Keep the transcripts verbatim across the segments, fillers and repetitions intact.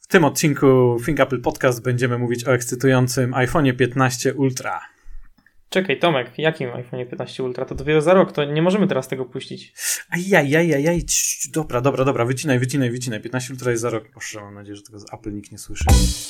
W tym odcinku Think Apple Podcast będziemy mówić o ekscytującym iPhone piętnaście Ultra. Czekaj, Tomek, jakim iPhone piętnaście Ultra? To dopiero za rok, to nie możemy teraz tego puścić. Ajajajajaj, dobra, dobra, dobra, wycinaj, wycinaj, wycinaj. piętnaście Ultra jest za rok. Proszę, mam nadzieję, że tego z Apple nikt nie słyszy.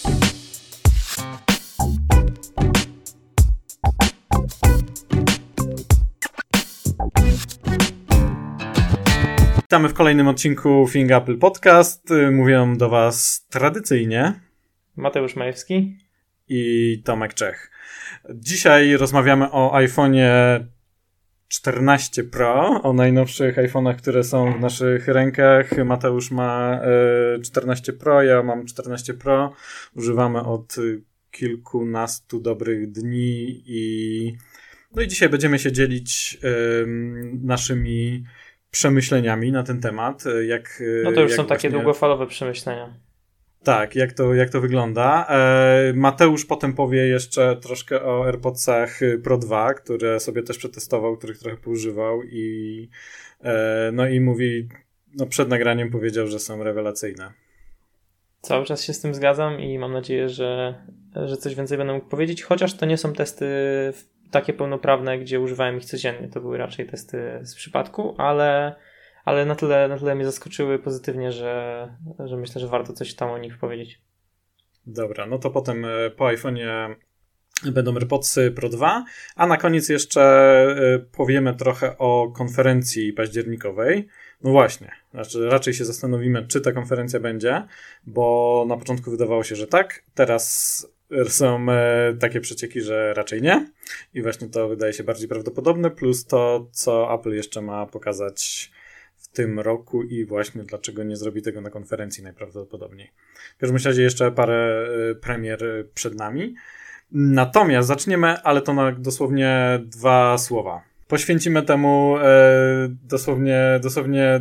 Witamy w kolejnym odcinku Think Apple Podcast. Mówią do Was tradycyjnie Mateusz Majewski i Tomek Czech. Dzisiaj rozmawiamy o iPhone'ie czternaście Pro, o najnowszych iPhone'ach, które są w naszych rękach. Mateusz ma czternaście Pro, ja mam czternaście Pro. Używamy od kilkunastu dobrych dni i no i dzisiaj będziemy się dzielić um, naszymi przemyśleniami na ten temat. Jak, no to już jak są takie właśnie... długofalowe przemyślenia. Tak, jak to, jak to wygląda. E, Mateusz potem powie jeszcze troszkę o AirPodsach Pro dwa, które sobie też przetestował, których trochę poużywał i e, no i mówi, no przed nagraniem powiedział, że są rewelacyjne. Cały czas się z tym zgadzam i mam nadzieję, że, że coś więcej będę mógł powiedzieć, chociaż to nie są testy takie pełnoprawne, gdzie używałem ich codziennie. To były raczej testy z przypadku, ale, ale na tyle, na tyle mnie zaskoczyły pozytywnie, że, że myślę, że warto coś tam o nich powiedzieć. Dobra, no to potem po iPhone'ie będą AirPodsy Pro dwa, a na koniec jeszcze powiemy trochę o konferencji październikowej. No właśnie, znaczy raczej się zastanowimy, czy ta konferencja będzie, bo na początku wydawało się, że tak, teraz są takie przecieki, że raczej nie i właśnie to wydaje się bardziej prawdopodobne, plus to, co Apple jeszcze ma pokazać w tym roku i właśnie dlaczego nie zrobi tego na konferencji najprawdopodobniej. W każdym razie jeszcze parę premier przed nami. Natomiast zaczniemy, ale to na dosłownie dwa słowa. Poświęcimy temu e, dosłownie, dosłownie e,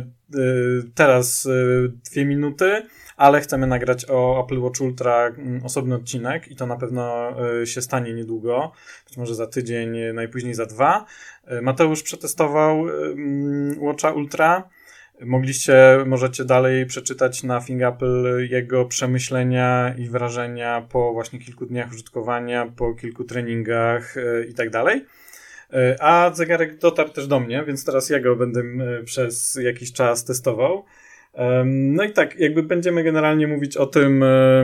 teraz e, dwie minuty, ale chcemy nagrać o Apple Watch Ultra osobny odcinek i to na pewno e, się stanie niedługo, być może za tydzień, najpóźniej za dwa. E, Mateusz przetestował e, Watcha Ultra. Mogliście, możecie dalej przeczytać na Think Apple jego przemyślenia i wrażenia po właśnie kilku dniach użytkowania, po kilku treningach e, i tak dalej. A zegarek dotarł też do mnie, więc teraz ja go będę przez jakiś czas testował. No i tak, jakby będziemy generalnie mówić o tym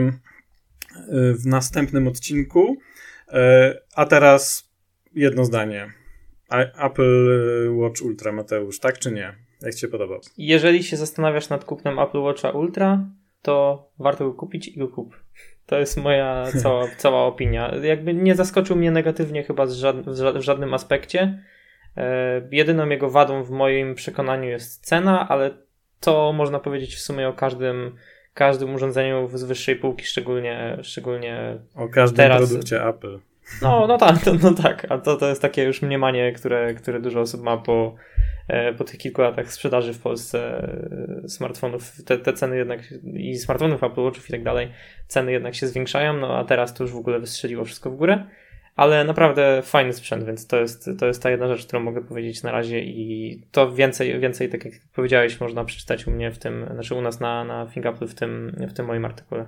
w następnym odcinku. A teraz jedno zdanie. Apple Watch Ultra, Mateusz, tak czy nie? Jak ci się podobał? Jeżeli się zastanawiasz nad kupnem Apple Watcha Ultra, to warto go kupić i go kup. To jest moja cała, cała opinia. Jakby nie zaskoczył mnie negatywnie chyba z żad, w żadnym aspekcie. E, jedyną jego wadą w moim przekonaniu jest cena, ale to można powiedzieć w sumie o każdym, każdym urządzeniu z wyższej półki, szczególnie, szczególnie o każdym teraz. produkcie Apple. No, no tak, to, no tak. A to, to jest takie już mniemanie, które, które dużo osób ma po po tych kilku latach sprzedaży w Polsce smartfonów, te, te ceny jednak i smartfonów, Apple Watchów i tak dalej, ceny jednak się zwiększają, no a teraz to już w ogóle wystrzeliło wszystko w górę, ale naprawdę fajny sprzęt, więc to jest, to jest ta jedna rzecz, którą mogę powiedzieć na razie i to więcej, więcej tak jak powiedziałeś, można przeczytać u mnie w tym, znaczy u nas na, na Think Apple w tym, w tym moim artykule.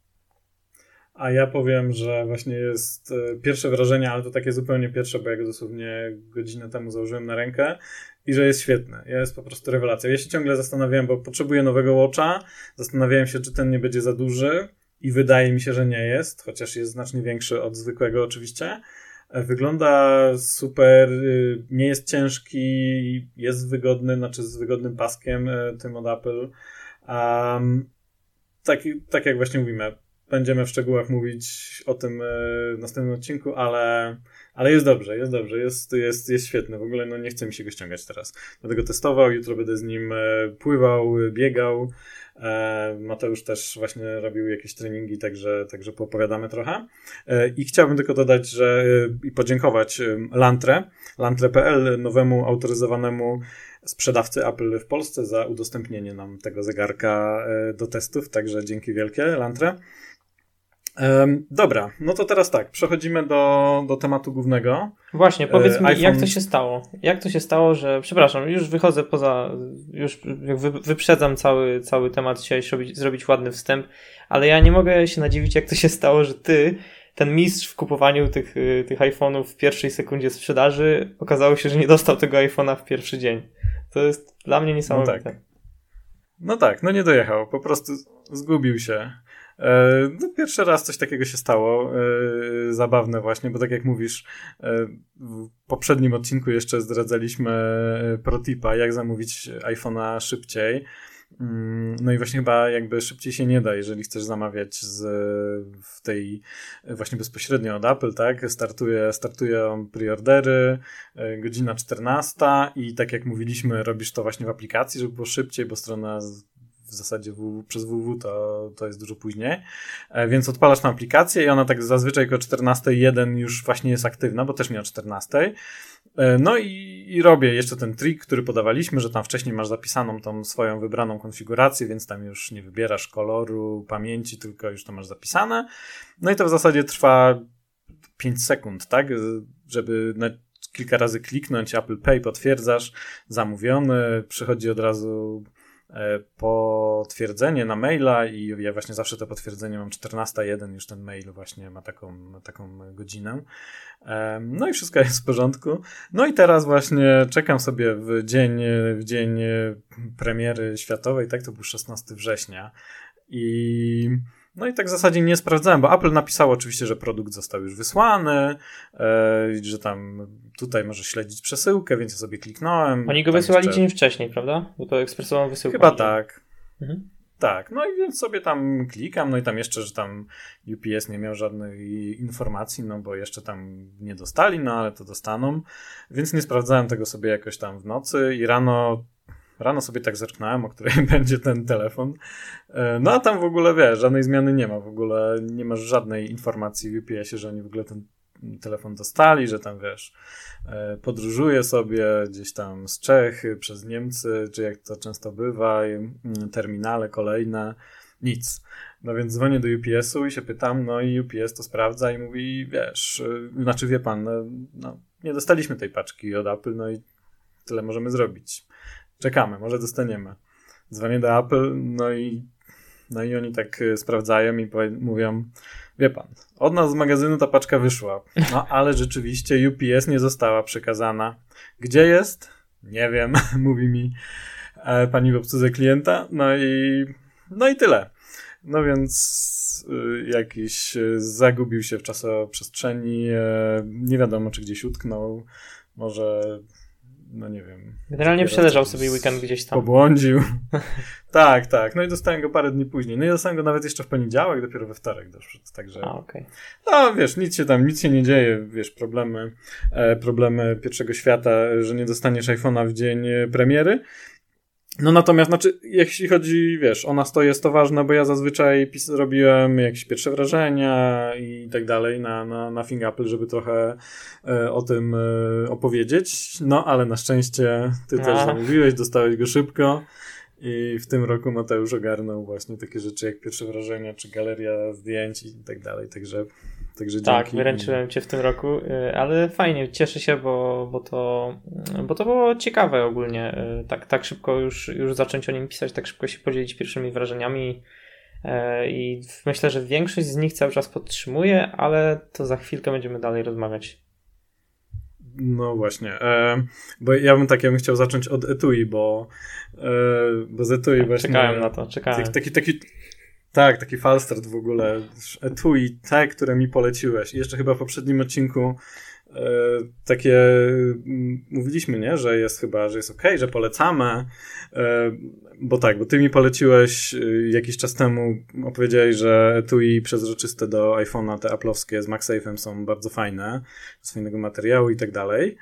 A ja powiem, że właśnie jest pierwsze wrażenie, ale to takie zupełnie pierwsze, bo ja go dosłownie godzinę temu założyłem na rękę i że jest świetny. Jest po prostu rewelacja. Ja się ciągle zastanawiałem, bo potrzebuję nowego Watcha. Zastanawiałem się, czy ten nie będzie za duży i wydaje mi się, że nie jest, chociaż jest znacznie większy od zwykłego oczywiście. Wygląda super, nie jest ciężki, jest wygodny, znaczy z wygodnym paskiem tym od Apple. Um, tak, tak jak właśnie mówimy, będziemy w szczegółach mówić o tym w następnym odcinku, ale, ale jest dobrze, jest dobrze, jest, jest, jest świetny. W ogóle no nie chce mi się go ściągać teraz. Będę go testował, jutro będę z nim pływał, biegał. Mateusz też właśnie robił jakieś treningi, także, także poopowiadamy trochę. I chciałbym tylko dodać, że i podziękować Lantre, lantre kropka p l, nowemu autoryzowanemu sprzedawcy Apple w Polsce za udostępnienie nam tego zegarka do testów, także dzięki wielkie, Lantre. Um, dobra, no to teraz tak, przechodzimy do, do tematu głównego. Właśnie, powiedz mi, iPhone... jak to się stało? Jak to się stało, że, przepraszam, już wychodzę poza, już wy, wyprzedzam cały, cały temat, chciałeś zrobić, zrobić ładny wstęp, ale ja nie mogę się nadziwić, jak to się stało, że ty, ten mistrz w kupowaniu tych, tych iPhone'ów w pierwszej sekundzie sprzedaży, okazało się, że nie dostał tego iPhone'a w pierwszy dzień. To jest dla mnie niesamowite. No tak, no, tak, no nie dojechał, po prostu zgubił się. No, pierwszy raz coś takiego się stało, zabawne właśnie, bo tak jak mówisz, w poprzednim odcinku jeszcze zdradzaliśmy protipa, jak zamówić iPhone'a szybciej. No i właśnie chyba jakby szybciej się nie da, jeżeli chcesz zamawiać z, w tej właśnie bezpośrednio od Apple, tak? Startuje, startują preordery, godzina czternasta i tak jak mówiliśmy, robisz to właśnie w aplikacji, żeby było szybciej, bo strona w zasadzie w, przez www to, to jest dużo później, więc odpalasz tę aplikację i ona tak zazwyczaj około czternasta jeden już właśnie jest aktywna, bo też nie o czternastej. No i, i robię jeszcze ten trik, który podawaliśmy, że tam wcześniej masz zapisaną tą swoją wybraną konfigurację, więc tam już nie wybierasz koloru, pamięci, tylko już to masz zapisane. No i to w zasadzie trwa pięć sekund, tak? Żeby na kilka razy kliknąć, Apple Pay potwierdzasz, zamówiony, przychodzi od razu potwierdzenie na maila i ja właśnie zawsze to potwierdzenie mam czternasta jeden, już ten mail właśnie ma taką, ma taką godzinę. No i wszystko jest w porządku. No i teraz właśnie czekam sobie w dzień, w dzień premiery światowej, tak, to był szesnastego września i no i tak w zasadzie nie sprawdzałem, bo Apple napisało oczywiście, że produkt został już wysłany, yy, że tam tutaj może śledzić przesyłkę, więc ja sobie kliknąłem. Oni go wysyłali jeszcze... dzień wcześniej, prawda? Bo to ekspresową wysyłkę. Chyba tak. Mhm. Tak, no i więc sobie tam klikam, no i tam jeszcze, że tam U P S nie miał żadnej informacji, no bo jeszcze tam nie dostali, no ale to dostaną, więc nie sprawdzałem tego sobie jakoś tam w nocy i rano Rano sobie tak zerknąłem, o której będzie ten telefon. No a tam w ogóle, wiesz, żadnej zmiany nie ma. W ogóle nie masz żadnej informacji w U P S-ie, że oni w ogóle ten telefon dostali, że tam, wiesz, podróżuje sobie gdzieś tam z Czech przez Niemcy, czy jak to często bywa, terminale kolejne. Nic. No więc dzwonię do U P S-u i się pytam, no i U P S to sprawdza i mówi, wiesz, znaczy wie pan, no, no nie dostaliśmy tej paczki od Apple, no i tyle możemy zrobić. Czekamy, może dostaniemy. Dzwonię do Apple, no i, no i oni tak sprawdzają i powie, mówią, wie pan, od nas z magazynu ta paczka wyszła, no ale rzeczywiście U P S nie została przekazana. Gdzie jest? Nie wiem, mówi mi e, pani w obsłudze klienta, no i, no i tyle. No więc y, jakiś y, zagubił się w czasoprzestrzeni, y, nie wiadomo czy gdzieś utknął, może... No nie wiem. Generalnie przeleżał sobie weekend gdzieś tam. Pobłądził. tak, tak. No i dostałem go parę dni później. No i dostałem go nawet jeszcze w poniedziałek, dopiero we wtorek doszedł. Także. A, okej. Okay. No wiesz, nic się tam, nic się nie dzieje. Wiesz, problemy, e, problemy pierwszego świata, że nie dostaniesz iPhone'a w dzień premiery. No natomiast, znaczy, jeśli chodzi, wiesz, o nas to jest to ważne, bo ja zazwyczaj pis- robiłem jakieś pierwsze wrażenia i tak dalej na, na, na Thing Apple, żeby trochę e, o tym e, opowiedzieć, no ale na szczęście ty A. też zamówiłeś, dostałeś go szybko i w tym roku Mateusz ogarnął właśnie takie rzeczy jak pierwsze wrażenia, czy galeria zdjęć i tak dalej, także Także tak, dzięki. wyręczyłem cię w tym roku, ale fajnie, cieszę się, bo, bo, to, bo to było ciekawe ogólnie, tak, tak szybko już, już zacząć o nim pisać, tak szybko się podzielić pierwszymi wrażeniami i myślę, że większość z nich cały czas podtrzymuje, ale to za chwilkę będziemy dalej rozmawiać. No właśnie, e, bo ja bym tak, ja bym chciał zacząć od etui, bo, e, bo z etui tak, właśnie... Czekałem na to, czekałem. Taki, taki, tak, taki falstart w ogóle, etui, te, które mi poleciłeś i jeszcze chyba w poprzednim odcinku e, takie m, mówiliśmy, nie, że jest chyba, że jest okej, okay, że polecamy, e, bo tak, bo ty mi poleciłeś e, jakiś czas temu, opowiedziałeś, że etui przezroczyste do iPhone'a, te Apple'owskie z MagSafe'em są bardzo fajne, z fajnego materiału i tak dalej.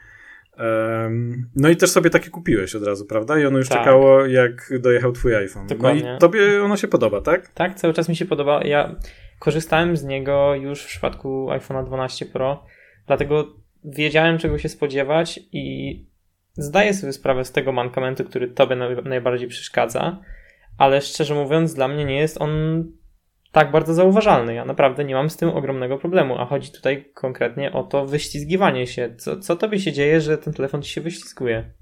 No i też sobie takie kupiłeś od razu, prawda? I ono już tak. czekało, jak dojechał twój iPhone. Dokładnie. No i tobie ono się podoba, tak? Tak, cały czas mi się podoba. Ja korzystałem z niego już w przypadku iPhone'a dwanaście Pro, dlatego wiedziałem, czego się spodziewać i zdaję sobie sprawę z tego mankamentu, który tobie najbardziej przeszkadza, ale szczerze mówiąc, dla mnie nie jest on tak bardzo zauważalny. Ja naprawdę nie mam z tym ogromnego problemu, a chodzi tutaj konkretnie o to wyślizgiwanie się. Co, co tobie się dzieje, że ten telefon ci się wyślizguje?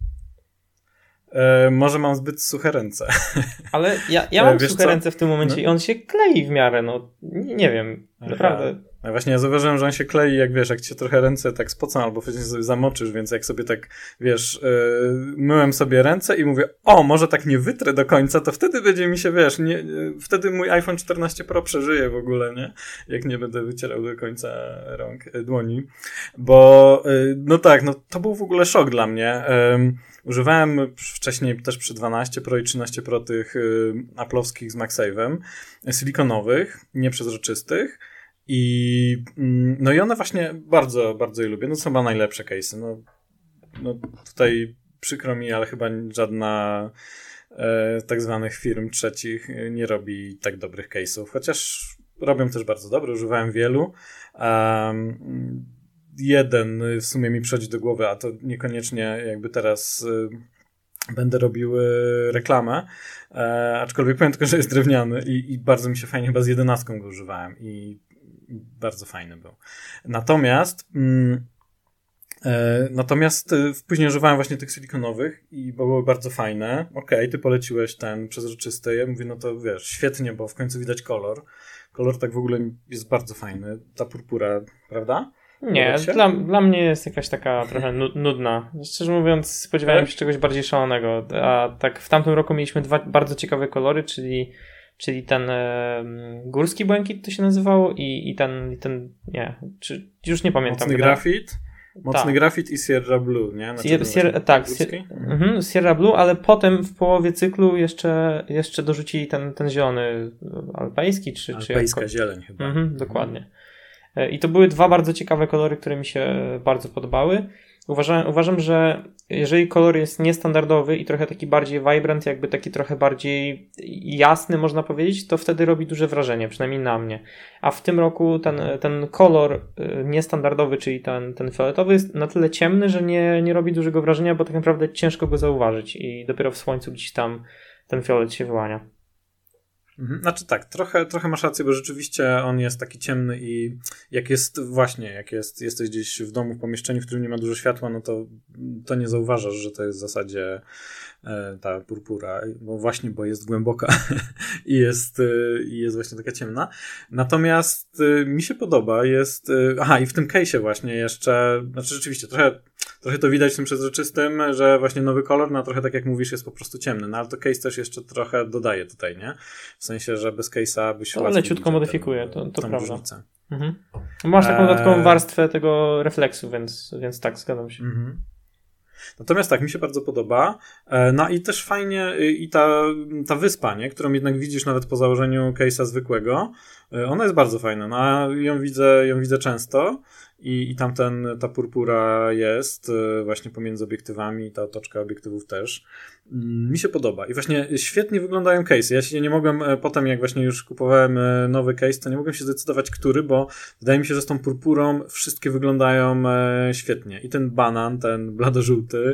E, może mam zbyt suche ręce. Ale ja, ja mam e, suche co? ręce w tym momencie no. i on się klei w miarę, no nie, nie wiem, Aha. naprawdę. No właśnie ja zauważyłem, że on się klei, jak wiesz, jak ci się trochę ręce tak spocą albo wcześniej sobie zamoczysz, więc jak sobie tak, wiesz, yy, myłem sobie ręce i mówię, o, może tak nie wytrę do końca, to wtedy będzie mi się, wiesz, nie, yy, wtedy mój iPhone czternaście Pro przeżyje w ogóle, nie? Jak nie będę wycierał do końca rąk, yy, dłoni. Bo, yy, no tak, no to był w ogóle szok dla mnie. Yy, używałem wcześniej też przy dwanaście Pro i trzynaście Pro tych yy, Apple'owskich z MagSafe'em, silikonowych, nieprzezroczystych. I, no i one właśnie bardzo, bardzo je lubię. No to są chyba najlepsze case'y. No, no tutaj przykro mi, ale chyba żadna e, tak zwanych firm trzecich nie robi tak dobrych case'ów. Chociaż robią też bardzo dobre, używałem wielu. Um, jeden w sumie mi przychodzi do głowy, a to niekoniecznie jakby teraz e, będę robił e, reklamę. E, aczkolwiek powiem tylko, że jest drewniany i, i bardzo mi się fajnie, chyba z jedenastką go używałem i bardzo fajny był. Natomiast mm, e, natomiast e, później używałem właśnie tych silikonowych i były bardzo fajne. Okej, okay, ty poleciłeś ten przezroczysty. Ja mówię, no to wiesz, świetnie, bo w końcu widać kolor. Kolor tak w ogóle jest bardzo fajny. Ta purpura, prawda? Nie, dla, dla mnie jest jakaś taka trochę nudna. Szczerze mówiąc, spodziewałem tak? się czegoś bardziej szalonego. A tak w tamtym roku mieliśmy dwa bardzo ciekawe kolory, czyli czyli ten e, górski błękit to się nazywało i, i ten, i ten nie, czy, już nie pamiętam. Mocny grafit? Mocny tak. grafit i Sierra Blue, nie? Sierra, Sierra, tak, Sierra, mhm, Sierra Blue, ale potem w połowie cyklu jeszcze, jeszcze dorzucili ten, ten zielony alpejski. Czy, Alpejska czy jako... zieleń chyba. Mhm, dokładnie. I to były dwa bardzo ciekawe kolory, które mi się bardzo podobały. Uważam, uważam, że jeżeli kolor jest niestandardowy i trochę taki bardziej vibrant, jakby taki trochę bardziej jasny, można powiedzieć, to wtedy robi duże wrażenie, przynajmniej na mnie. A w tym roku ten, ten kolor niestandardowy, czyli ten, ten fioletowy, jest na tyle ciemny, że nie, nie robi dużego wrażenia, bo tak naprawdę ciężko go zauważyć i dopiero w słońcu gdzieś tam ten fiolet się wyłania. Znaczy tak, trochę, trochę masz rację, bo rzeczywiście on jest taki ciemny i jak jest właśnie, jak jest, jesteś gdzieś w domu, w pomieszczeniu, w którym nie ma dużo światła, no to, to nie zauważasz, że to jest w zasadzie e, ta purpura, bo właśnie, bo jest głęboka i jest, e, i jest właśnie taka ciemna. Natomiast e, mi się podoba, jest, e, aha i w tym case'ie właśnie jeszcze, znaczy rzeczywiście trochę Trochę to widać w tym przezroczystym, że właśnie nowy kolor, no trochę tak jak mówisz, jest po prostu ciemny. No ale to case też jeszcze trochę dodaje tutaj, nie? W sensie, że bez case'a byś... Ale leciutko modyfikuje, to, to prawda. Mhm. Masz taką dodatkową warstwę tego refleksu, więc, więc tak, zgadzam się. Mhm. Natomiast tak, mi się bardzo podoba. No i też fajnie i ta, ta wyspa, nie? Którą jednak widzisz nawet po założeniu case'a zwykłego, ona jest bardzo fajna. No ją widzę, ją widzę często. I, i tam ten, ta purpura jest właśnie pomiędzy obiektywami, ta otoczka obiektywów też. Mi się podoba. I właśnie świetnie wyglądają case'y. Ja się nie mogłem potem, jak właśnie już kupowałem nowy case, to nie mogłem się zdecydować, który, bo wydaje mi się, że z tą purpurą wszystkie wyglądają świetnie. I ten banan, ten bladożółty,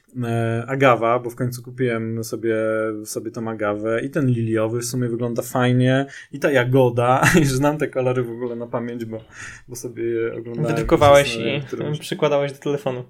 agawa, bo w końcu kupiłem sobie, sobie tą agawę i ten liliowy w sumie wygląda fajnie i ta jagoda, i że znam te kolory w ogóle na pamięć, bo, bo sobie je oglądałem. Wydrukowałeś i którymś... przykładałeś do telefonu.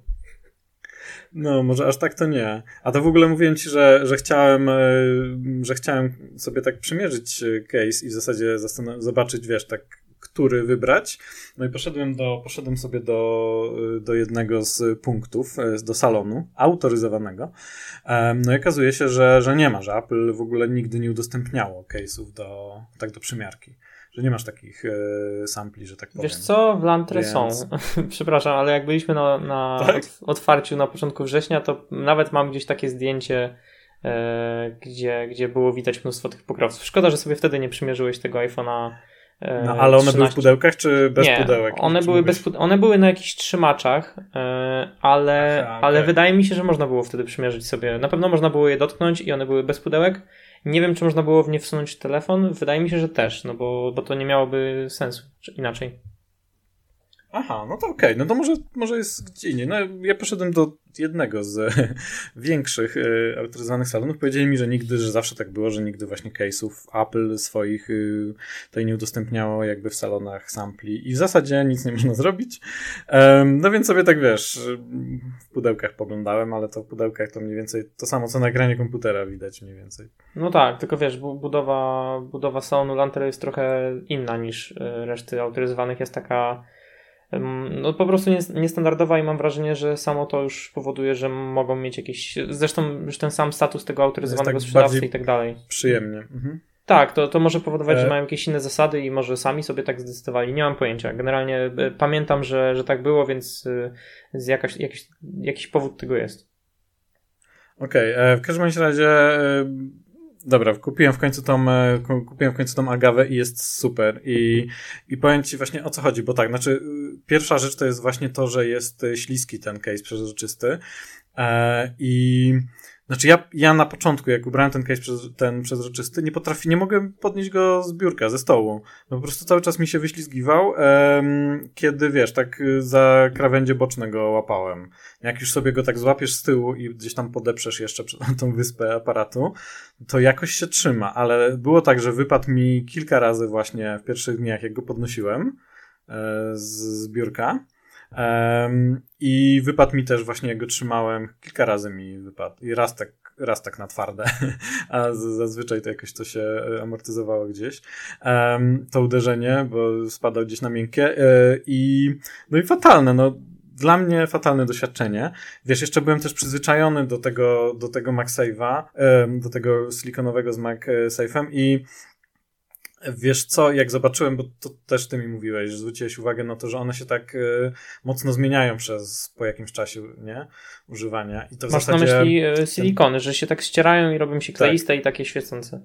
No, może aż tak to nie. A to w ogóle mówiłem ci, że, że chciałem że chciałem sobie tak przymierzyć case i w zasadzie zastan- zobaczyć, wiesz, tak który wybrać. No i poszedłem do, poszedłem sobie do, do jednego z punktów, do salonu autoryzowanego. No i okazuje się, że, że nie ma, że Apple w ogóle nigdy nie udostępniało case'ów do, tak do przymiarki. Że nie masz takich e, sampli, że tak powiem. Wiesz co, w Lantre Więc... są. Przepraszam, ale jak byliśmy na, na tak? otwarciu na początku września, to nawet mam gdzieś takie zdjęcie, e, gdzie, gdzie było widać mnóstwo tych pokrowców. Szkoda, że sobie wtedy nie przymierzyłeś tego iPhone'a. E, no, ale one trzynaście były w pudełkach, czy bez nie, pudełek? One były, bez pude- one były na jakichś trzymaczach, e, ale, Aha, okay. ale wydaje mi się, że można było wtedy przymierzyć sobie. Na pewno można było je dotknąć i one były bez pudełek. Nie wiem, czy można było w nie wsunąć telefon. Wydaje mi się, że też, no bo, bo to nie miałoby sensu czy inaczej. Aha, no to okej, okay. No to może, może jest gdzie indziej. No ja poszedłem do jednego z większych y, autoryzowanych salonów. Powiedzieli mi, że nigdy, że zawsze tak było, że nigdy właśnie case'ów Apple swoich y, tutaj nie udostępniało jakby w salonach sampli i w zasadzie nic nie można zrobić. Um, no więc sobie tak wiesz, w pudełkach poglądałem, ale to w pudełkach to mniej więcej to samo co nagranie komputera widać mniej więcej. No tak, tylko wiesz, budowa, budowa salonu Lanter jest trochę inna niż reszty autoryzowanych, jest taka no po prostu niestandardowa i mam wrażenie, że samo to już powoduje, że mogą mieć jakieś, zresztą już ten sam status tego autoryzowanego tak sprzedawcy i tak dalej. Przyjemnie. Mhm. Tak, to, to może powodować, e... że mają jakieś inne zasady i może sami sobie tak zdecydowali. Nie mam pojęcia. Generalnie pamiętam, że, że tak było, więc z jakaś, jakiś, jakiś powód tego jest. Okej, okay, w każdym razie dobra, kupiłem w końcu tą, kupiłem w końcu tą Agawę i jest super. I, i powiem ci właśnie o co chodzi, bo tak, znaczy pierwsza rzecz to jest właśnie to, że jest śliski ten case przezroczysty. E, I znaczy ja, ja na początku, jak ubrałem ten case przez, ten przezroczysty, nie potrafi, nie mogłem podnieść go z biurka, ze stołu. No po prostu cały czas mi się wyślizgiwał, em, kiedy wiesz, tak za krawędzie boczne go łapałem. Jak już sobie go tak złapiesz z tyłu i gdzieś tam podeprzesz jeszcze przed tą wyspę aparatu, to jakoś się trzyma, ale było tak, że wypadł mi kilka razy właśnie w pierwszych dniach, jak go podnosiłem e, z, z biurka. Um, I wypadł mi też właśnie, jak go trzymałem, kilka razy mi wypadł i raz tak, raz tak na twarde, a z, zazwyczaj to jakoś to się amortyzowało gdzieś, um, to uderzenie, bo spadał gdzieś na miękkie yy, i no i fatalne, no dla mnie fatalne doświadczenie. Wiesz, jeszcze byłem też przyzwyczajony do tego, do tego MagSafe'a, yy, do tego silikonowego z MagSafe'em i wiesz co, jak zobaczyłem, bo to też ty mi mówiłeś, że zwróciłeś uwagę na to, że one się tak y, mocno zmieniają przez po jakimś czasie, nie? Używania. I to w Masz zasadzie... na myśli y, silikony, że się tak ścierają i robią się kleiste tak. I takie świecące.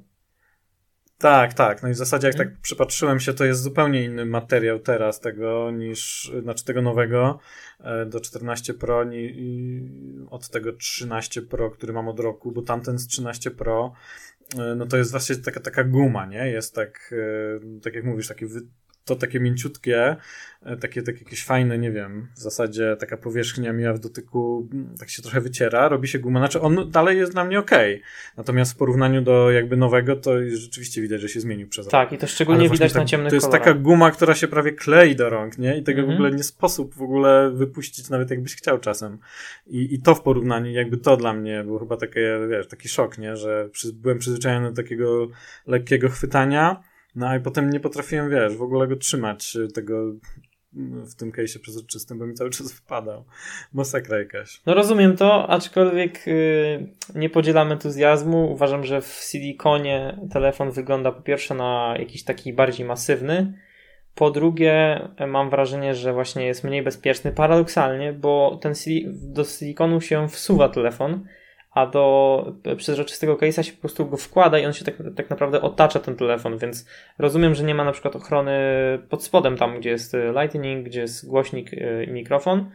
Tak, tak. No i w zasadzie jak hmm. tak przypatrzyłem się, to jest zupełnie inny materiał teraz tego niż, znaczy tego nowego y, do czternaście Pro ni, i od tego trzynaście Pro, który mam od roku, bo tamten z trzynaście Pro no to jest właśnie taka, taka guma, nie? Jest tak, tak jak mówisz, takie wy, to takie mięciutkie, takie, takie jakieś fajne, nie wiem, w zasadzie taka powierzchnia miła w dotyku, tak się trochę wyciera, robi się guma, znaczy on dalej jest dla mnie okej, okay. Natomiast w porównaniu do jakby nowego, to rzeczywiście widać, że się zmienił przez rok. Tak, i to szczególnie widać tak, na ciemnych kolorach. To jest taka guma, która się prawie klei do rąk, nie? I tego mm-hmm. w ogóle nie sposób w ogóle wypuścić, nawet jakbyś chciał czasem. I, i to w porównaniu, jakby to dla mnie był chyba takie, wiesz, taki szok, nie? Że przy, byłem przyzwyczajony do takiego lekkiego chwytania. No i potem nie potrafiłem, wiesz, w ogóle go trzymać, tego w tym case'ie przezroczystym, bo mi cały czas wypadał. Masakra jakaś. No rozumiem to, aczkolwiek yy, nie podzielam entuzjazmu. Uważam, że w silikonie telefon wygląda po pierwsze na jakiś taki bardziej masywny. Po drugie mam wrażenie, że właśnie jest mniej bezpieczny. Paradoksalnie, bo ten sili- do silikonu się wsuwa telefon, a do przezroczystego case'a się po prostu go wkłada i on się tak, tak naprawdę otacza ten telefon, więc rozumiem, że nie ma na przykład ochrony pod spodem tam, gdzie jest lightning, gdzie jest głośnik i mikrofon,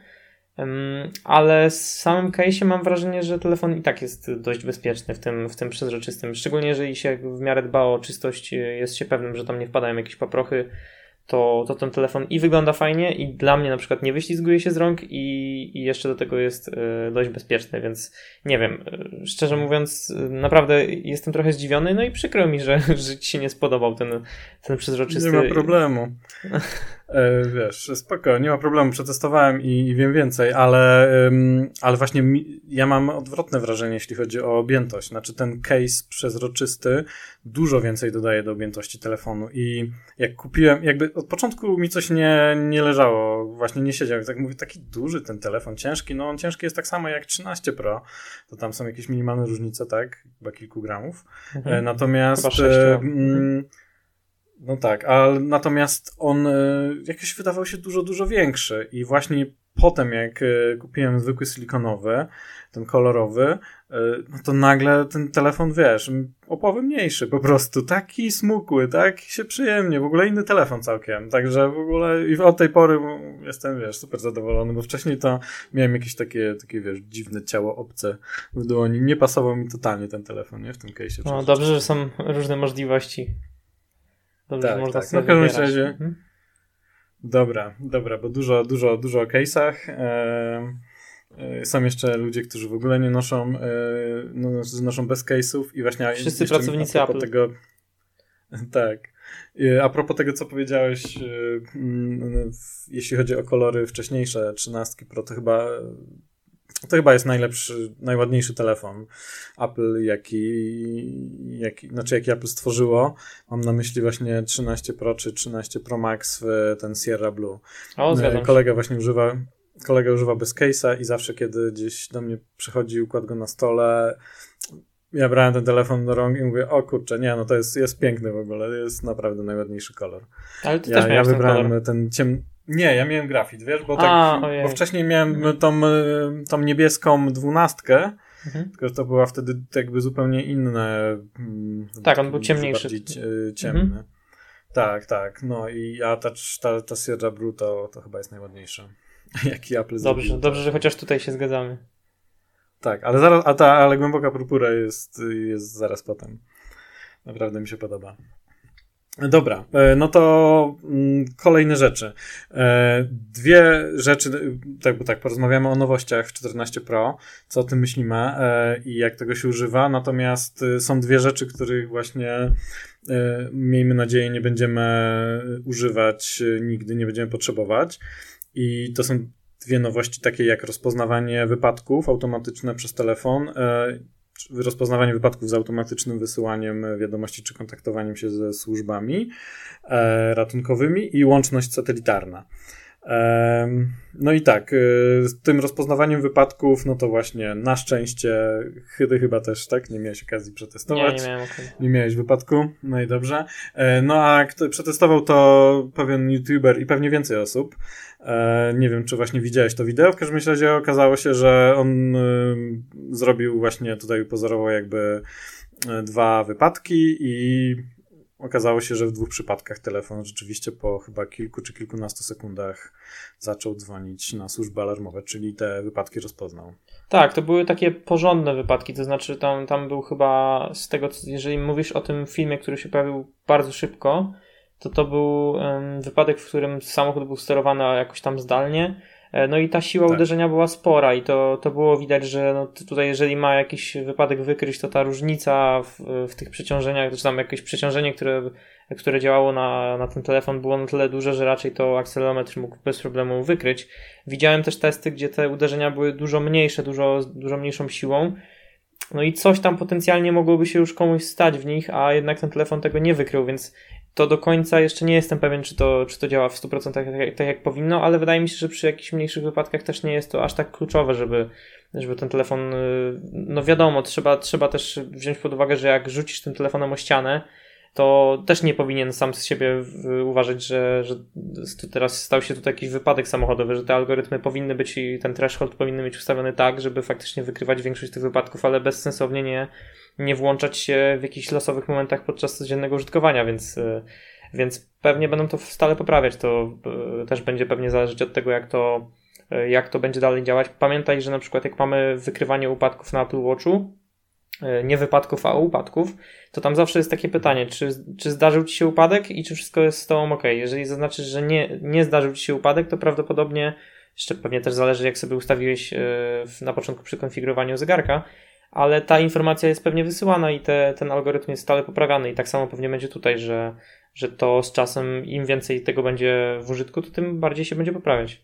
ale w samym case'ie mam wrażenie, że telefon i tak jest dość bezpieczny w tym, w tym przezroczystym, szczególnie jeżeli się w miarę dba o czystość, jest się pewnym, że tam nie wpadają jakieś paprochy, to, to ten telefon i wygląda fajnie i dla mnie na przykład nie wyślizguje się z rąk i, i jeszcze do tego jest y, dość bezpieczny, więc nie wiem, y, szczerze mówiąc y, naprawdę jestem trochę zdziwiony, no i przykro mi, że, że ci się nie spodobał ten, ten przezroczysty. Nie ma problemu. e, wiesz, spoko, nie ma problemu, przetestowałem i, i wiem więcej, ale, ym, ale właśnie mi, ja mam odwrotne wrażenie, jeśli chodzi o objętość, znaczy ten case przezroczysty dużo więcej dodaje do objętości telefonu i jak kupiłem, jakby od początku mi coś nie, nie leżało, właśnie nie siedział, tak mówię, taki duży ten telefon, ciężki, no on ciężki jest tak samo jak trzynaście Pro, to tam są jakieś minimalne różnice, tak, chyba kilku gramów, mhm. e, natomiast chyba sześć, e, mm, no tak, ale natomiast on e, jakoś wydawał się dużo, dużo większy i właśnie potem jak e, kupiłem zwykły silikonowy, ten kolorowy, no to nagle ten telefon, wiesz, o połowę mniejszy po prostu, taki smukły, tak się przyjemnie, w ogóle inny telefon całkiem, także w ogóle i od tej pory jestem, wiesz, super zadowolony, bo wcześniej to miałem jakieś takie, takie wiesz, dziwne ciało obce w dłoni, nie pasował mi totalnie ten telefon, nie, w tym case'ie. No dobrze, że są różne możliwości. Dobrze, tak, że można tak. sobie no, w każdym wybierać. razie mhm. Dobra, dobra, bo dużo, dużo, dużo o case'ach. Są jeszcze ludzie, którzy w ogóle nie noszą, no, noszą bez case'ów i właśnie wszyscy pracownicy Apple. Tego, tak. A propos tego, co powiedziałeś, jeśli chodzi o kolory wcześniejsze, trzynastki Pro, to chyba to chyba jest najlepszy, najładniejszy telefon Apple, jaki, jaki, znaczy jaki Apple stworzyło. Mam na myśli właśnie trzynaście Pro czy trzynaście Pro Max, ten Sierra Blue. O, zgadzam Kolega się. właśnie używa, kolega używa bez case'a i zawsze, kiedy gdzieś do mnie przychodzi, układ go na stole, ja brałem ten telefon do rąk i mówię, o kurczę, nie, no to jest, jest piękny w ogóle, jest naprawdę najładniejszy kolor. Ale ty ja, też miałeś ja wybrałem ten kolor. ten ciemny. Nie, ja miałem grafit, wiesz, bo, A, tak, ojej. bo wcześniej miałem tą, tą niebieską dwunastkę, Mhm. tylko to była wtedy jakby zupełnie inne. Tak, on był ciemniejszy. Bardziej ciemny. Mhm. Tak, tak, no i a ta, ta, ta Sierra Blue to, to chyba jest najładniejsza. Jaki Apple Dobrze, zrobił. dobrze, że chociaż tutaj się zgadzamy. Tak, ale zaraz, a ta ale głęboka purpura jest, jest zaraz potem. Naprawdę mi się podoba. Dobra, no to kolejne rzeczy. Dwie rzeczy, tak, bo tak, porozmawiamy o nowościach w czternaście Pro, co o tym myślimy i jak tego się używa, natomiast są dwie rzeczy, których właśnie miejmy nadzieję nie będziemy używać nigdy, nie będziemy potrzebować i to są dwie nowości takie jak rozpoznawanie wypadków automatyczne przez telefon, rozpoznawanie wypadków z automatycznym wysyłaniem wiadomości czy kontaktowaniem się ze służbami e, ratunkowymi i łączność satelitarna. E, no i tak, e, z tym rozpoznawaniem wypadków, no to właśnie na szczęście, ty chyba też, tak? Nie miałeś okazji przetestować. Nie, nie miałem okazji. Nie miałeś wypadku? No i dobrze. E, no a kto przetestował to pewien youtuber i pewnie więcej osób. E, nie wiem, czy właśnie widziałeś to wideo. W każdym razie okazało się, że on y, zrobił właśnie tutaj pozorowo jakby y, dwa wypadki i okazało się, że w dwóch przypadkach telefon rzeczywiście po chyba kilku czy kilkunastu sekundach zaczął dzwonić na służby alarmowe, czyli te wypadki rozpoznał. Tak, to były takie porządne wypadki, to znaczy tam, tam był chyba z tego, jeżeli mówisz o tym filmie, który się pojawił bardzo szybko, to to był um, wypadek, w którym samochód był sterowany jakoś tam zdalnie, no i ta siła tak. uderzenia była spora i to, to było widać, że no tutaj jeżeli ma jakiś wypadek wykryć, to ta różnica w, w tych przeciążeniach, czy tam jakieś przeciążenie, które, które działało na, na ten telefon było na tyle duże, że raczej to akcelerometr mógł bez problemu wykryć. Widziałem też testy, gdzie te uderzenia były dużo mniejsze, dużo, dużo mniejszą siłą. No i coś tam potencjalnie mogłoby się już komuś stać w nich, a jednak ten telefon tego nie wykrył, więc to do końca jeszcze nie jestem pewien, czy to, czy to działa w stu procentach tak, tak jak powinno, ale wydaje mi się, że przy jakichś mniejszych wypadkach też nie jest to aż tak kluczowe, żeby, żeby ten telefon, no wiadomo, trzeba, trzeba też wziąć pod uwagę, że jak rzucisz tym telefonem o ścianę, to też nie powinien sam z siebie uważać, że, że teraz stał się tutaj jakiś wypadek samochodowy, że te algorytmy powinny być i ten threshold powinny być ustawiony tak, żeby faktycznie wykrywać większość tych wypadków, ale bezsensownie nie, nie włączać się w jakichś losowych momentach podczas codziennego użytkowania, więc, więc pewnie będą to stale poprawiać. To też będzie pewnie zależeć od tego, jak to, jak to będzie dalej działać. Pamiętaj, że na przykład jak mamy wykrywanie upadków na Apple Watchu, nie wypadków, a upadków, to tam zawsze jest takie pytanie, czy, czy zdarzył ci się upadek i czy wszystko jest z tobą ok. Jeżeli zaznaczysz, że nie, nie zdarzył ci się upadek, to prawdopodobnie, jeszcze pewnie też zależy, jak sobie ustawiłeś na początku przy konfigurowaniu zegarka, ale ta informacja jest pewnie wysyłana i te, ten algorytm jest stale poprawiany i tak samo pewnie będzie tutaj, że, że to z czasem im więcej tego będzie w użytku, to tym bardziej się będzie poprawiać.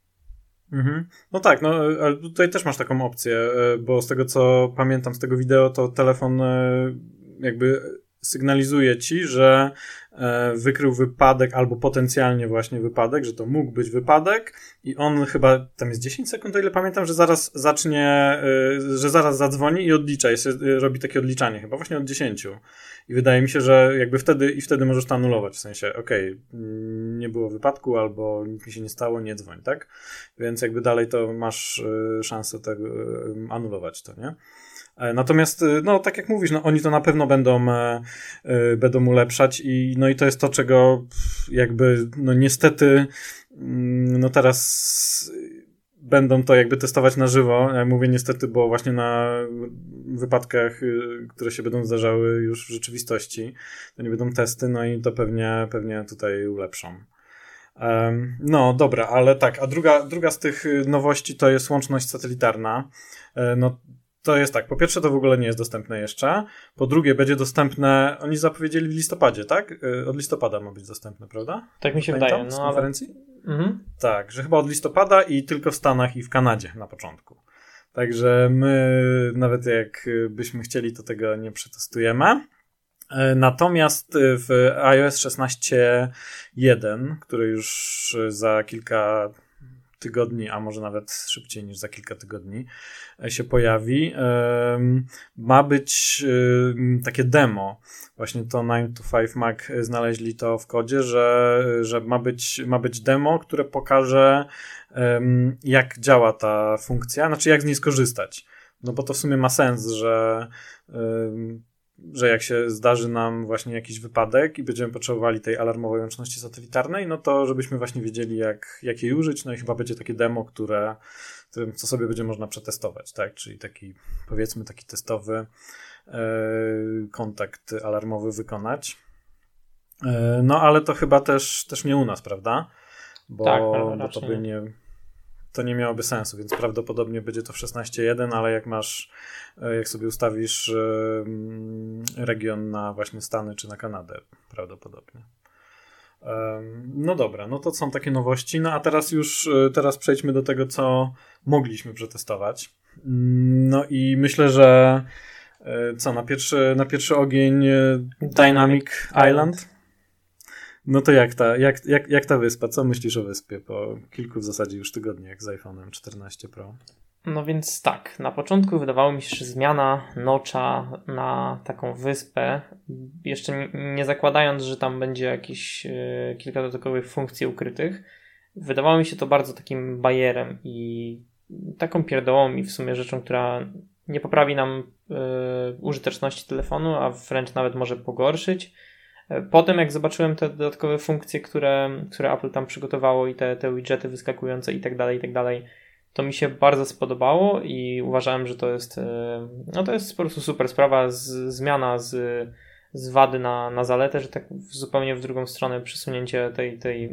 Mhm. No tak, no ale tutaj też masz taką opcję, bo z tego co pamiętam z tego wideo, to telefon jakby sygnalizuje ci, że wykrył wypadek albo potencjalnie właśnie wypadek, że to mógł być wypadek i on chyba, tam jest dziesięć sekund, o ile pamiętam, że zaraz zacznie, że zaraz zadzwoni i odlicza, jest, robi takie odliczanie chyba właśnie od dziesięciu. I wydaje mi się, że jakby wtedy i wtedy możesz to anulować, w sensie okej, okay, nie było wypadku albo nic mi się nie stało, nie dzwoń, tak? Więc jakby dalej to masz szansę tego anulować to, nie? Natomiast, no tak jak mówisz, no oni to na pewno będą e, e, będą ulepszać i no i to jest to, czego jakby, no niestety no teraz będą to jakby testować na żywo. Ja mówię niestety, bo właśnie na wypadkach, które się będą zdarzały już w rzeczywistości, to nie będą testy, no i to pewnie, pewnie tutaj ulepszą. No dobra, ale tak, a druga, druga z tych nowości to jest łączność satelitarna. No to jest tak, po pierwsze to w ogóle nie jest dostępne jeszcze, po drugie będzie dostępne, oni zapowiedzieli w listopadzie, tak? Od listopada ma być dostępne, prawda? Tak mi się Pamiętam, wydaje. z no, konferencji? Ale... Mhm. Tak, że chyba od listopada i tylko w Stanach i w Kanadzie na początku. Także my nawet jak byśmy chcieli, to tego nie przetestujemy. Natomiast w iOS szesnaście jeden, który już za kilka tygodni, a może nawet szybciej niż za kilka tygodni się pojawi, ma być takie demo. Właśnie to nine to five Mac znaleźli to w kodzie, że, że ma być, ma być demo, które pokaże, jak działa ta funkcja, znaczy jak z niej skorzystać. No bo to w sumie ma sens, że że jak się zdarzy nam właśnie jakiś wypadek i będziemy potrzebowali tej alarmowej łączności satelitarnej, no to żebyśmy właśnie wiedzieli, jak, jak jej użyć, no i chyba będzie takie demo, które, co sobie będzie można przetestować, tak, czyli taki, powiedzmy, taki testowy e, kontakt alarmowy wykonać. E, no ale to chyba też, też nie u nas, prawda? Bo, tak, bo to by nie... to nie miałoby sensu, więc prawdopodobnie będzie to w szesnaście jeden, ale jak masz, jak sobie ustawisz region na właśnie Stany czy na Kanadę, prawdopodobnie. No dobra, no to są takie nowości. No a teraz już, teraz przejdźmy do tego, co mogliśmy przetestować. No i myślę, że co, na pierwszy, na pierwszy ogień Dynamic Island. No to jak ta, jak, jak, jak ta wyspa? Co myślisz o wyspie po kilku w zasadzie już tygodniach z iPhone'em czternaście Pro? No więc tak, na początku wydawało mi się, że zmiana notcha na taką wyspę, jeszcze nie, nie zakładając, że tam będzie jakieś y, kilka dodatkowych funkcji ukrytych, wydawało mi się to bardzo takim bajerem i taką pierdołą i w sumie rzeczą, która nie poprawi nam y, użyteczności telefonu, a wręcz nawet może pogorszyć. Potem jak zobaczyłem te dodatkowe funkcje, które, które Apple tam przygotowało i te, te widgety wyskakujące i tak dalej, i tak dalej, to mi się bardzo spodobało i uważałem, że to jest no to jest po prostu super sprawa, z, zmiana z, z wady na, na zaletę, że tak zupełnie w drugą stronę przesunięcie tej, tej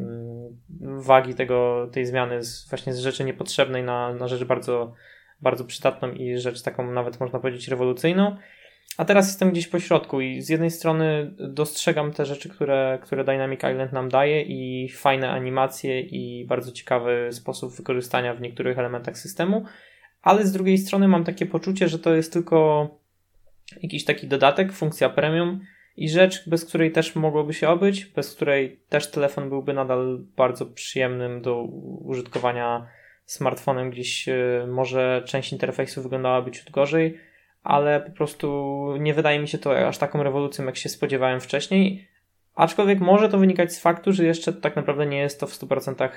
wagi tego, tej zmiany z, właśnie z rzeczy niepotrzebnej na, na rzecz bardzo, bardzo przydatną i rzecz taką nawet można powiedzieć rewolucyjną. A teraz jestem gdzieś po środku i z jednej strony dostrzegam te rzeczy, które, które Dynamic Island nam daje i fajne animacje i bardzo ciekawy sposób wykorzystania w niektórych elementach systemu, ale z drugiej strony mam takie poczucie, że to jest tylko jakiś taki dodatek, funkcja premium i rzecz, bez której też mogłoby się obyć, bez której też telefon byłby nadal bardzo przyjemnym do użytkowania smartfonem, gdzieś może część interfejsu wyglądała ciut gorzej, ale po prostu nie wydaje mi się to aż taką rewolucją, jak się spodziewałem wcześniej. Aczkolwiek może to wynikać z faktu, że jeszcze tak naprawdę nie jest to w stu procentach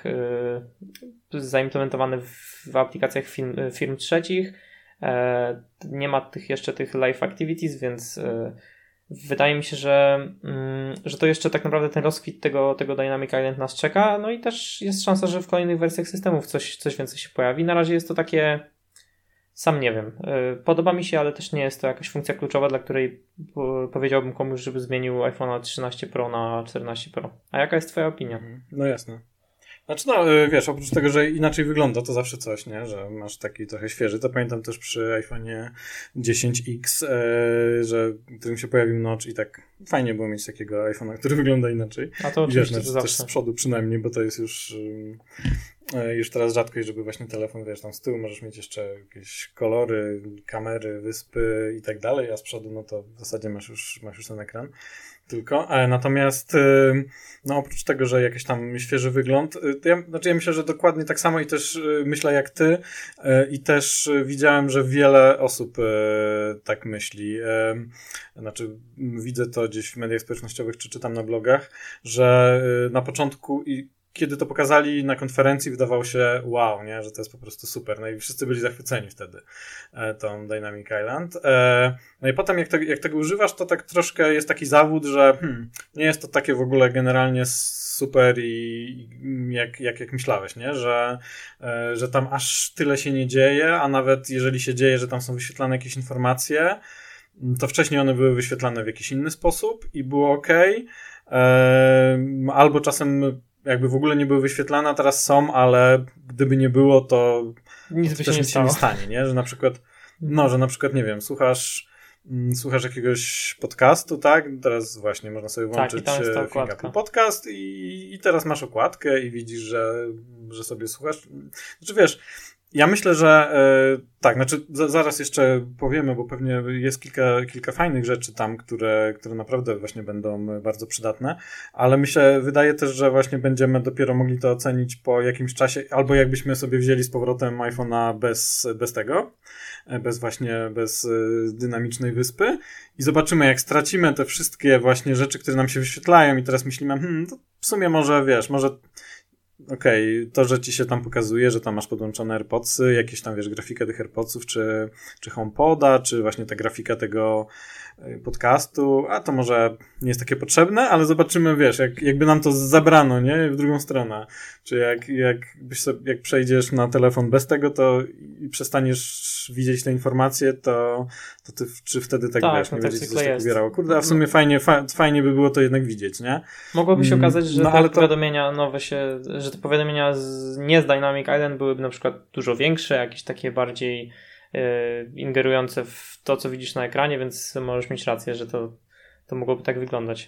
yy, zaimplementowane w, w aplikacjach firm, firm trzecich. Yy, nie ma tych jeszcze tych live activities, więc yy, wydaje mi się, że, yy, że to jeszcze tak naprawdę ten rozkwit tego, tego Dynamic Island nas czeka. No i też jest szansa, że w kolejnych wersjach systemów coś, coś więcej się pojawi. Na razie jest to takie... Sam nie wiem. Podoba mi się, ale też nie jest to jakaś funkcja kluczowa, dla której powiedziałbym komuś, żeby zmienił iPhone'a trzynaście Pro na czternaście Pro. A jaka jest twoja opinia? No jasne. Znaczy no, wiesz, oprócz tego, że inaczej wygląda, to zawsze coś, nie? Że masz taki trochę świeży. To pamiętam też przy iPhone'ie dziesięć X, e, że którym się pojawił notch i tak fajnie było mieć takiego iPhone'a, który wygląda inaczej. A to oczywiście wiesz, to też z przodu przynajmniej, bo to jest już... E, już teraz rzadkość, żeby właśnie telefon, wiesz, tam z tyłu możesz mieć jeszcze jakieś kolory, kamery, wyspy i tak dalej, a z przodu no to w zasadzie masz już, masz już ten ekran tylko. E, natomiast e, no oprócz tego, że jakiś tam świeży wygląd, e, to ja, znaczy ja myślę, że dokładnie tak samo i też e, myślę jak ty e, i też e, widziałem, że wiele osób e, tak myśli. E, znaczy widzę to gdzieś w mediach społecznościowych czy czytam na blogach, że e, na początku i kiedy to pokazali na konferencji, wydawało się wow, nie, że to jest po prostu super. No i wszyscy byli zachwyceni wtedy e, tą Dynamic Island. E, no i potem jak, te, jak tego używasz, to tak troszkę jest taki zawód, że hmm, nie jest to takie w ogóle generalnie super i, i jak, jak, jak myślałeś, nie, że, e, że tam aż tyle się nie dzieje, a nawet jeżeli się dzieje, że tam są wyświetlane jakieś informacje, to wcześniej one były wyświetlane w jakiś inny sposób i było ok. E, albo czasem jakby w ogóle nie były wyświetlane, a teraz są, ale gdyby nie było, to nic to by też się nie nic się stało. nie stanie, nie? Że na przykład, no, że na przykład, nie wiem, słuchasz słuchasz jakiegoś podcastu, tak? Teraz właśnie można sobie włączyć tak, Apple Podcast i, i teraz masz okładkę i widzisz, że, że sobie słuchasz. Znaczy wiesz, ja myślę, że yy, tak, znaczy za, zaraz jeszcze powiemy, bo pewnie jest kilka, kilka fajnych rzeczy tam, które, które naprawdę właśnie będą bardzo przydatne, ale myślę, wydaje też, że właśnie będziemy dopiero mogli to ocenić po jakimś czasie, albo jakbyśmy sobie wzięli z powrotem iPhone'a bez, bez tego, bez właśnie, bez dynamicznej wyspy i zobaczymy, jak stracimy te wszystkie właśnie rzeczy, które nam się wyświetlają i teraz myślimy, hmm, to w sumie może, wiesz, może okej, okay, to, że ci się tam pokazuje, że tam masz podłączone AirPodsy, jakieś tam, wiesz, grafikę tych AirPodsów, czy, czy HomePoda, czy właśnie ta grafika tego podcastu, a to może nie jest takie potrzebne, ale zobaczymy, wiesz, jak, jakby nam to zabrano, nie? W drugą stronę. Czy jak, jak, byś sobie, jak przejdziesz na telefon bez tego, to i przestaniesz widzieć te informacje, to, to ty, czy wtedy tak, tak wiesz, nie no będzie tak ci coś tak ubierało. Kurde, a w sumie fajnie, fa- fajnie by było to jednak widzieć, nie? Mogłoby się okazać, że no, te ale to... powiadomienia nowe się, że te powiadomienia z, nie z Dynamic Island byłyby na przykład dużo większe, jakieś takie bardziej yy, ingerujące w to, co widzisz na ekranie, więc możesz mieć rację, że to, to mogłoby tak wyglądać.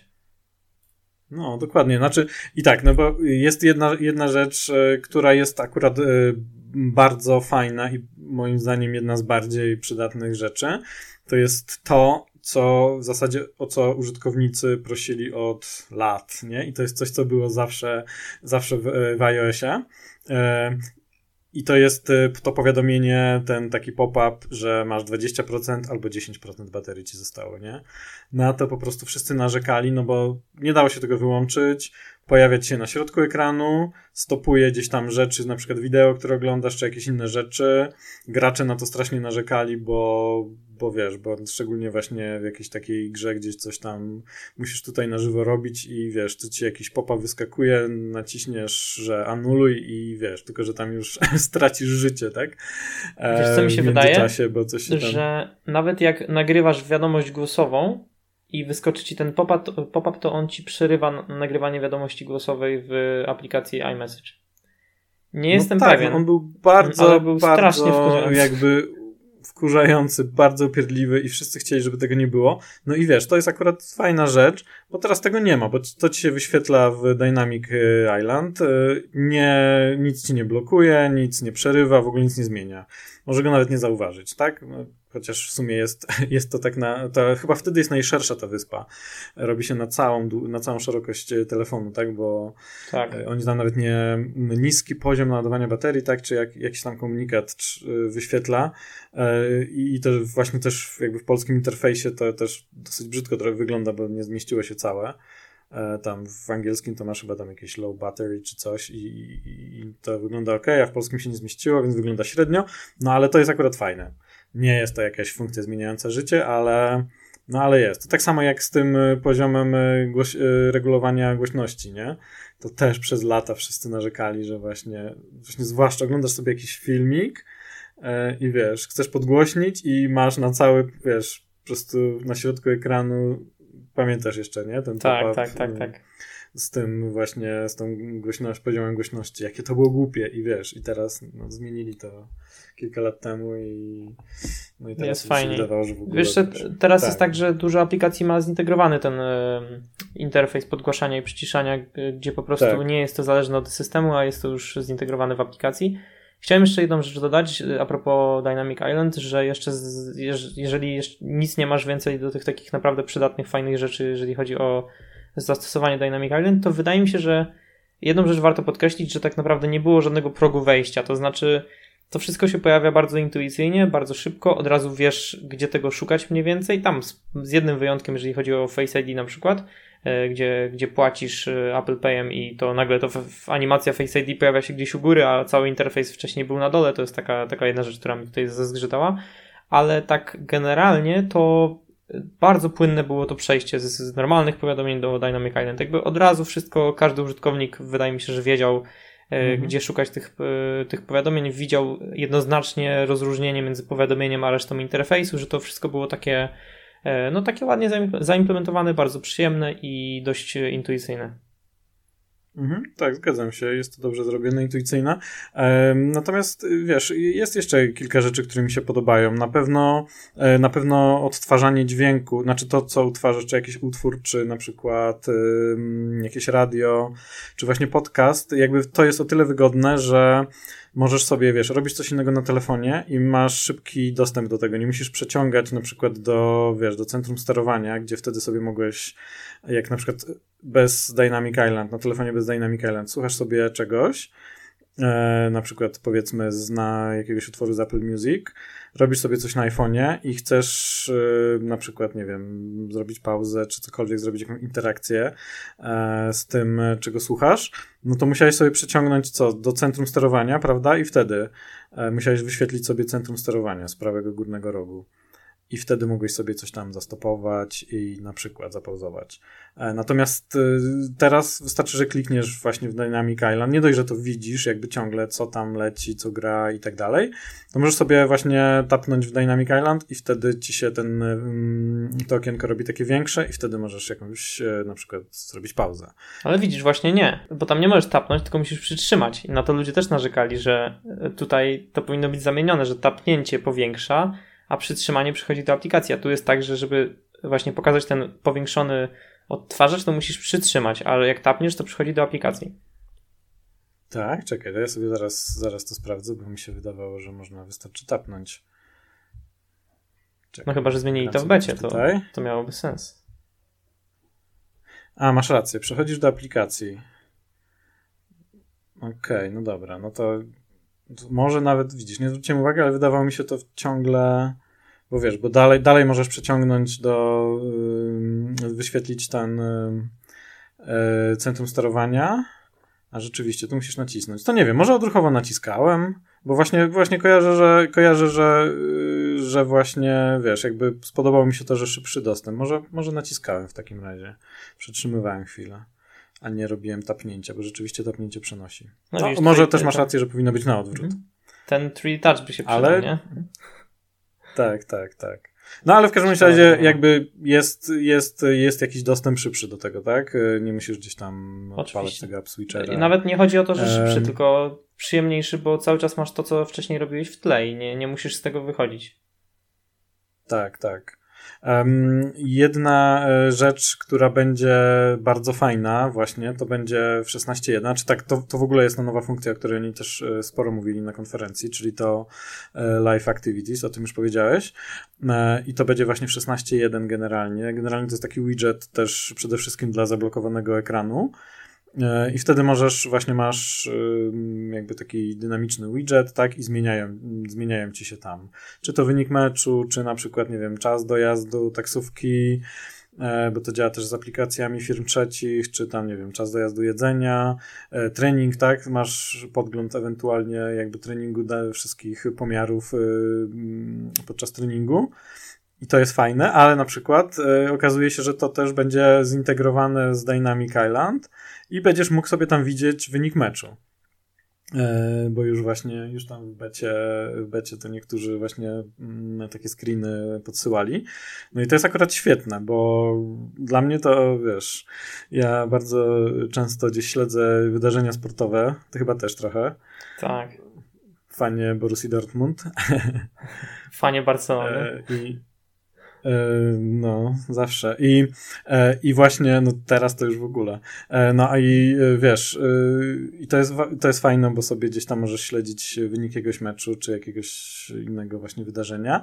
No, dokładnie. Znaczy, i tak, no bo jest jedna, jedna rzecz, y, która jest akurat y, bardzo fajna i moim zdaniem jedna z bardziej przydatnych rzeczy. To jest to, co w zasadzie, o co użytkownicy prosili od lat, nie? I to jest coś, co było zawsze, zawsze w, w iOSie. Y, I to jest to powiadomienie, ten taki pop-up, że masz dwadzieścia procent albo dziesięć procent baterii ci zostało, nie? Na to po prostu wszyscy narzekali, no bo nie dało się tego wyłączyć, pojawia ci się na środku ekranu, stopuje gdzieś tam rzeczy, na przykład wideo, które oglądasz, czy jakieś inne rzeczy. Gracze na to strasznie narzekali, bo, bo wiesz, bo szczególnie właśnie w jakiejś takiej grze gdzieś coś tam musisz tutaj na żywo robić i wiesz, tu ci jakiś pop-up wyskakuje, naciśniesz, że anuluj i wiesz, tylko że tam już stracisz życie, tak? E, wiesz, co mi się wydaje? Bo coś się tam... Że nawet jak nagrywasz wiadomość głosową i wyskoczy ci ten pop-up, pop-up, to on ci przerywa nagrywanie wiadomości głosowej w aplikacji iMessage. Nie no jestem tak, pewien. On był bardzo, ale był bardzo strasznie wkurzający. jakby wkurzający, bardzo upierdliwy i wszyscy chcieli, żeby tego nie było. No i wiesz, to jest akurat fajna rzecz, bo teraz tego nie ma, bo to ci się wyświetla w Dynamic Island, nie, nic ci nie blokuje, nic nie przerywa, w ogóle nic nie zmienia. Może go nawet nie zauważyć, tak? Chociaż w sumie jest, jest to tak na, to chyba wtedy jest najszersza ta wyspa. Robi się na całą, na całą szerokość telefonu, tak? Bo tak. Oni tam nawet nie niski poziom naładowania baterii, tak? Czy jak, jakiś tam komunikat wyświetla i, i też właśnie też jakby w polskim interfejsie to też dosyć brzydko trochę wygląda, bo nie zmieściło się całe. Tam w angielskim to masz chyba tam jakieś low battery czy coś i, i, i to wygląda ok, a w polskim się nie zmieściło, więc wygląda średnio, no ale to jest akurat fajne. Nie jest to jakaś funkcja zmieniająca życie, ale no ale jest. To tak samo jak z tym poziomem głoś- regulowania głośności, nie? To też przez lata wszyscy narzekali, że właśnie, właśnie zwłaszcza oglądasz sobie jakiś filmik yy, i wiesz, chcesz podgłośnić i masz na cały, wiesz, po prostu na środku ekranu, pamiętasz jeszcze, nie? Ten tak, pop-up, tak, tak, tak. Z tym właśnie, z tą głośność, poziomem głośności. Jakie to było głupie i wiesz, i teraz no, zmienili to kilka lat temu i no i teraz jest się fajnie. wydawało, że w ogóle... Wiesz, teraz tak. jest tak, że dużo aplikacji ma zintegrowany ten y, interfejs podgłaszania i przyciszania, gdzie po prostu tak. nie jest to zależne od systemu, a jest to już zintegrowane w aplikacji. Chciałem jeszcze jedną rzecz dodać a propos Dynamic Island, że jeszcze z, jeżeli jeszcze nic nie masz więcej do tych takich naprawdę przydatnych, fajnych rzeczy, jeżeli chodzi o zastosowanie Dynamic Island, to wydaje mi się, że jedną rzecz warto podkreślić, że tak naprawdę nie było żadnego progu wejścia, to znaczy to wszystko się pojawia bardzo intuicyjnie, bardzo szybko, od razu wiesz, gdzie tego szukać mniej więcej, tam z, z jednym wyjątkiem, jeżeli chodzi o Face I D na przykład, e, gdzie, gdzie płacisz Apple Payem i to nagle to w, w animacja Face I D pojawia się gdzieś u góry, a cały interfejs wcześniej był na dole, to jest taka, taka jedna rzecz, która mi tutaj zazgrzytała, ale tak generalnie to bardzo płynne było to przejście z, z normalnych powiadomień do Dynamic Island. Jakby od razu wszystko, każdy użytkownik wydaje mi się, że wiedział, mhm. gdzie szukać tych, tych powiadomień, widział jednoznacznie rozróżnienie między powiadomieniem a resztą interfejsu, że to wszystko było takie, no takie ładnie zaimplementowane, bardzo przyjemne i dość intuicyjne. Mhm, tak, zgadzam się, jest to dobrze zrobione, intuicyjne. E, natomiast wiesz, jest jeszcze kilka rzeczy, które mi się podobają. Na pewno, e, na pewno odtwarzanie dźwięku, znaczy to, co utwarzasz, czy jakiś utwór, czy na przykład e, jakieś radio, czy właśnie podcast, jakby to jest o tyle wygodne, że możesz sobie, wiesz, robić coś innego na telefonie i masz szybki dostęp do tego. Nie musisz przeciągać na przykład do, wiesz, do centrum sterowania, gdzie wtedy sobie mogłeś, jak na przykład bez Dynamic Island, na telefonie bez Dynamic Island, słuchasz sobie czegoś, e, na przykład powiedzmy zna jakiegoś utworu z Apple Music, robisz sobie coś na iPhone'ie i chcesz e, na przykład, nie wiem, zrobić pauzę, czy cokolwiek, zrobić jakąś interakcję e, z tym, czego słuchasz, no to musiałeś sobie przeciągnąć co? Do centrum sterowania, prawda? I wtedy e, musiałeś wyświetlić sobie centrum sterowania z prawego górnego rogu. I wtedy mogłeś sobie coś tam zastopować i na przykład zapauzować. E, natomiast e, teraz wystarczy, że klikniesz właśnie w Dynamic Island. Nie dość, że to widzisz jakby ciągle, co tam leci, co gra i tak dalej, to możesz sobie właśnie tapnąć w Dynamic Island i wtedy ci się ten mm, to okienko robi takie większe i wtedy możesz jakąś e, na przykład zrobić pauzę. Ale widzisz, właśnie nie, bo tam nie możesz tapnąć, tylko musisz przytrzymać. I na to ludzie też narzekali, że tutaj to powinno być zamienione, że tapnięcie powiększa, a przytrzymanie przychodzi do aplikacji. A tu jest tak, że żeby właśnie pokazać ten powiększony odtwarzacz, to musisz przytrzymać, ale jak tapniesz, to przychodzi do aplikacji. Tak, czekaj, to ja sobie zaraz, zaraz to sprawdzę, bo mi się wydawało, że można wystarczy tapnąć. Czekaj, no chyba, że zmienili to w becie, to, to miałoby sens. A, masz rację, przechodzisz do aplikacji. Okej, okay, no dobra, no to może nawet, widzisz, nie zwróciłem uwagi, ale wydawało mi się to ciągle, bo wiesz, bo dalej, dalej możesz przeciągnąć do, yy, wyświetlić ten yy, centrum sterowania, a rzeczywiście tu musisz nacisnąć. To nie wiem, może odruchowo naciskałem, bo właśnie, właśnie kojarzę, że, kojarzę że, yy, że właśnie, wiesz, jakby spodobało mi się to, że szybszy dostęp. Może, może naciskałem w takim razie, przytrzymywałem chwilę. A nie robiłem tapnięcia, bo rzeczywiście tapnięcie przenosi. No, no, może też masz rację, że powinno być na odwrót. Ten three touch by się przydał, ale... nie? Tak, tak, tak. No ale w każdym razie jakby jest, jest, jest jakiś dostęp szybszy do tego, tak? Nie musisz gdzieś tam odpalać tego app switchera. I nawet nie chodzi o to, że szybszy, um... tylko przyjemniejszy, bo cały czas masz to, co wcześniej robiłeś w tle i nie, nie musisz z tego wychodzić. Tak, tak. Um, jedna rzecz, która będzie bardzo fajna właśnie, to będzie w szesnaście jeden, znaczy tak, to, to w ogóle jest ta nowa funkcja, o której oni też sporo mówili na konferencji, czyli to Live Activities, o tym już powiedziałeś, i to będzie właśnie w szesnaście jeden generalnie. Generalnie to jest taki widget też przede wszystkim dla zablokowanego ekranu. I wtedy możesz, właśnie masz jakby taki dynamiczny widget, tak, i zmieniają, zmieniają ci się tam. Czy to wynik meczu, czy na przykład, nie wiem, czas dojazdu taksówki, bo to działa też z aplikacjami firm trzecich, czy tam, nie wiem, czas dojazdu jedzenia, trening, tak, masz podgląd ewentualnie jakby treningu, wszystkich pomiarów podczas treningu. I to jest fajne, ale na przykład y, okazuje się, że to też będzie zintegrowane z Dynamic Island i będziesz mógł sobie tam widzieć wynik meczu. Y, bo już właśnie, już tam w becie, w becie to niektórzy właśnie mm, takie screeny podsyłali. No i to jest akurat świetne, bo dla mnie to, wiesz, ja bardzo często gdzieś śledzę wydarzenia sportowe, ty chyba też trochę. Tak. Fanie Borussii Dortmund. Fanie Barcelony. I No, zawsze. I, i właśnie, no teraz to już w ogóle. No a i wiesz, i to jest, to jest fajne, bo sobie gdzieś tam możesz śledzić wynik jakiegoś meczu, czy jakiegoś innego właśnie wydarzenia.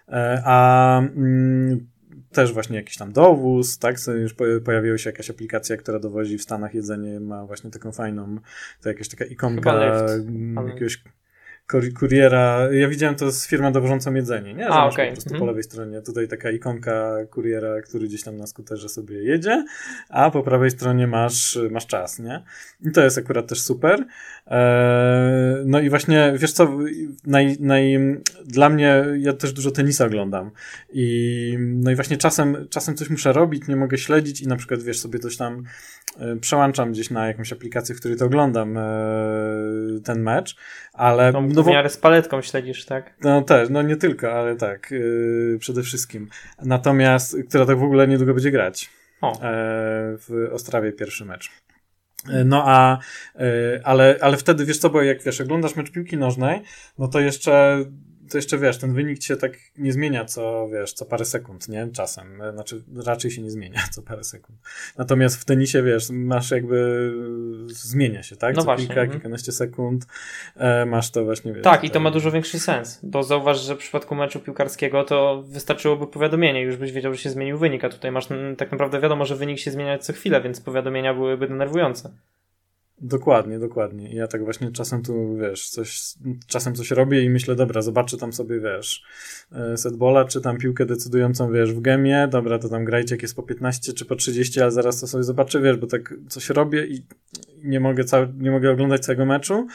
A mm, też właśnie jakiś tam dowóz, tak? Już pojawiła się jakaś aplikacja, która dowozi w Stanach jedzenie, ma właśnie taką fajną, to jakaś taka ikonka jakiegoś kuriera, ja widziałem to z firmą dowożącą jedzenie, nie? Że A, masz okay. po prostu mhm. po lewej stronie tutaj taka ikonka kuriera, który gdzieś tam na skuterze sobie jedzie, a po prawej stronie masz, masz czas, nie? I to jest akurat też super. Eee, no i właśnie, wiesz co, naj, naj, dla mnie, ja też dużo tenisa oglądam i no i właśnie czasem, czasem coś muszę robić, nie mogę śledzić i na przykład, wiesz, sobie coś tam e, przełączam gdzieś na jakąś aplikację, w której to oglądam e, ten mecz, ale no, no w miarę z paletką śledzisz, tak? No też, no nie tylko, ale tak, yy, przede wszystkim. Natomiast, która tak w ogóle niedługo będzie grać. O. E, w Ostrawie pierwszy mecz. No a, ale, ale wtedy, wiesz co, bo jak wiesz, oglądasz mecz piłki nożnej, no to jeszcze, to jeszcze wiesz, ten wynik ci się tak nie zmienia co, wiesz, co parę sekund, nie? Czasem. Znaczy, raczej się nie zmienia co parę sekund. Natomiast w tenisie, wiesz, masz jakby, zmienia się, tak? No co właśnie, kilka, mhm. kilkanaście sekund e, masz to właśnie, wiesz. Tak, i to ma dużo większy sens, bo zauważ, że w przypadku meczu piłkarskiego to wystarczyłoby powiadomienie, już byś wiedział, że się zmienił wynik, a tutaj masz m, tak naprawdę wiadomo, że wynik się zmienia co chwilę, więc powiadomienia byłyby denerwujące. Dokładnie, dokładnie. I ja tak właśnie czasem tu, wiesz, coś, czasem coś robię i myślę, dobra, zobaczę tam sobie, wiesz, setbola, czy tam piłkę decydującą, wiesz, w gemie, dobra, to tam grajcie jak jest po piętnaście czy po trzydzieści, ale zaraz to sobie zobaczę, wiesz, bo tak coś robię i nie mogę cały, nie mogę oglądać całego meczu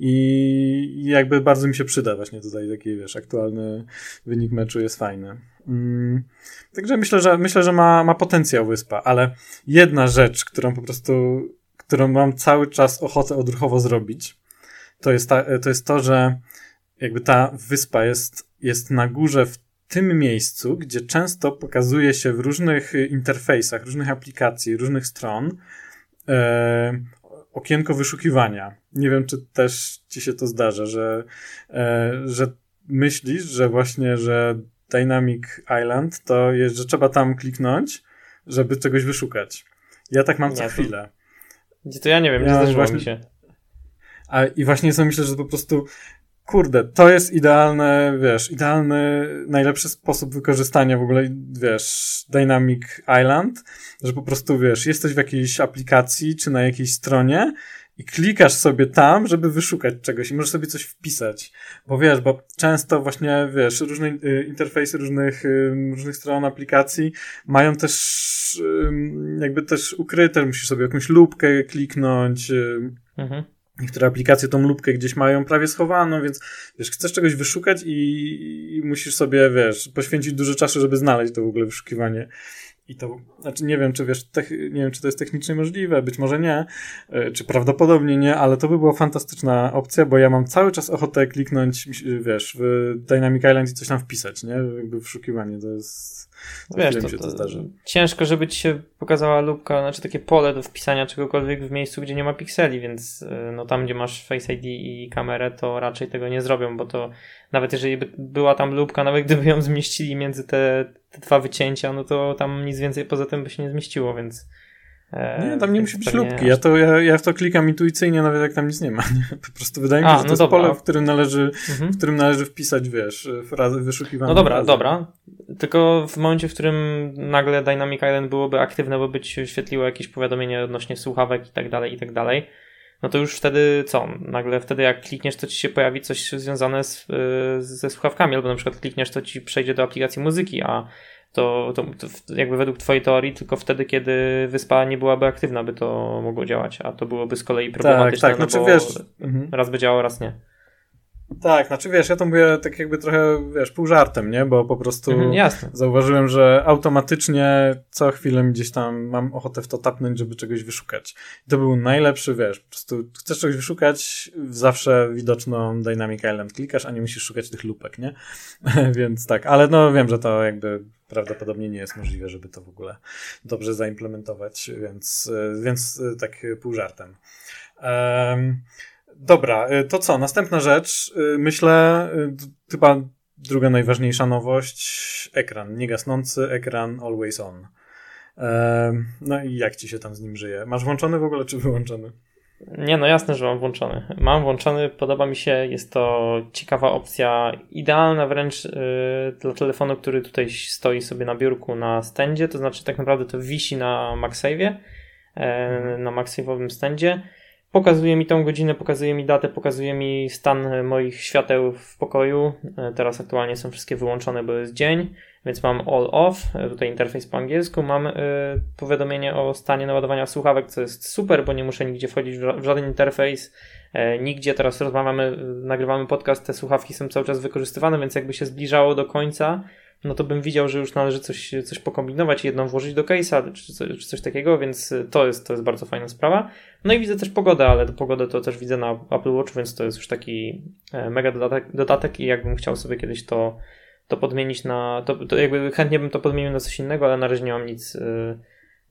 i jakby bardzo mi się przyda właśnie tutaj taki, wiesz, aktualny wynik meczu jest fajny. Mm. Także myślę, że myślę, że ma, ma potencjał Wyspa, ale jedna rzecz, którą po prostu którą mam cały czas ochotę odruchowo zrobić, to jest, ta, to jest to, że jakby ta wyspa jest, jest na górze w tym miejscu, gdzie często pokazuje się w różnych interfejsach, różnych aplikacji, różnych stron e, okienko wyszukiwania. Nie wiem, czy też ci się to zdarza, że, e, że myślisz, że właśnie, że Dynamic Island to jest, że trzeba tam kliknąć, żeby czegoś wyszukać. Ja tak mam nie, co chwilę. Gdzie to ja nie wiem, nie ja zdarzyło właśnie, mi się. A, I właśnie sobie myślę, że po prostu kurde, to jest idealny, wiesz, idealny, najlepszy sposób wykorzystania w ogóle, wiesz, Dynamic Island, że po prostu, wiesz, jesteś w jakiejś aplikacji czy na jakiejś stronie i klikasz sobie tam, żeby wyszukać czegoś i możesz sobie coś wpisać, bo wiesz, bo często właśnie, wiesz, różne y, interfejsy różnych, y, różnych stron aplikacji mają też y, jakby też ukryte, musisz sobie jakąś lupkę kliknąć, y, mhm. Niektóre aplikacje tą lupkę gdzieś mają prawie schowaną, więc wiesz, chcesz czegoś wyszukać i, i musisz sobie, wiesz, poświęcić dużo czasu, żeby znaleźć to w ogóle wyszukiwanie. I to, znaczy nie wiem, czy wiesz, tech, nie wiem, czy to jest technicznie możliwe, być może nie, czy prawdopodobnie nie, ale to by była fantastyczna opcja, bo ja mam cały czas ochotę kliknąć, wiesz, w Dynamic Island i coś tam wpisać, nie? Jakby wyszukiwanie, to jest... Wiesz, to, się to, to ciężko, żeby ci się pokazała lupka, znaczy takie pole do wpisania czegokolwiek w miejscu, gdzie nie ma pikseli, więc no tam, gdzie masz Face I D i kamerę, to raczej tego nie zrobią, bo to nawet jeżeli by była tam lupka, nawet gdyby ją zmieścili między te, te dwa wycięcia, no to tam nic więcej poza tym by się nie zmieściło, więc... Nie, tam nie musi być lupki. Ja, to, ja, ja w to klikam intuicyjnie, nawet jak tam nic nie ma. Nie? Po prostu wydaje mi się, że to no jest dobra. pole, w którym należy, mhm. w którym należy wpisać, wiesz, frazy wyszukiwane. No dobra, frazy. dobra. Tylko w momencie, w którym nagle Dynamic Island byłoby aktywne, bo by ci się świetliło jakieś powiadomienie odnośnie słuchawek i tak dalej, i tak dalej, no to już wtedy co? Nagle wtedy jak klikniesz, to ci się pojawi coś związane z, ze słuchawkami, albo na przykład klikniesz, to ci przejdzie do aplikacji muzyki, a To, to, to jakby według twojej teorii tylko wtedy, kiedy wyspa nie byłaby aktywna, by to mogło działać, a to byłoby z kolei problematyczne, tak, tak, no znaczy, bo wiesz, raz by działało, raz nie. Tak, znaczy wiesz, ja to mówię tak jakby trochę, wiesz, pół żartem, nie? Bo po prostu mhm, jasne. zauważyłem, że automatycznie co chwilę gdzieś tam mam ochotę w to tapnąć, żeby czegoś wyszukać. I to był najlepszy, wiesz, po prostu chcesz czegoś wyszukać, zawsze widoczną Dynamic Island klikasz, a nie musisz szukać tych lupek, nie? Więc tak, ale no wiem, że to jakby prawdopodobnie nie jest możliwe, żeby to w ogóle dobrze zaimplementować, więc, więc tak pół żartem. Um, Dobra, to co? Następna rzecz. Myślę, chyba druga najważniejsza nowość. Ekran. Niegasnący ekran always on. No i jak ci się tam z nim żyje? Masz włączony w ogóle, czy wyłączony? Nie, no jasne, że mam włączony. Mam włączony, podoba mi się, jest to ciekawa opcja, idealna wręcz yy, dla telefonu, który tutaj stoi sobie na biurku na stędzie, to znaczy tak naprawdę to wisi na MagSave'ie, yy, na MagSave'owym stędzie. Pokazuje mi tą godzinę, pokazuje mi datę, pokazuje mi stan moich świateł w pokoju. Teraz aktualnie są wszystkie wyłączone, bo jest dzień, więc mam all off, tutaj interfejs po angielsku. Mam y, powiadomienie o stanie naładowania słuchawek, co jest super, bo nie muszę nigdzie wchodzić w, ża- w żaden interfejs. E, nigdzie teraz rozmawiamy, y, nagrywamy podcast, te słuchawki są cały czas wykorzystywane, więc jakby się zbliżało do końca, no to bym widział, że już należy coś, coś pokombinować i jedną włożyć do case'a, czy, czy, czy coś takiego, więc to jest, to jest bardzo fajna sprawa. No i widzę też pogodę, ale pogodę to też widzę na Apple Watch, więc to jest już taki mega dodatek, dodatek i jakbym chciał sobie kiedyś to, to podmienić na, to, to jakby chętnie bym to podmienił na coś innego, ale na razie nie mam nic,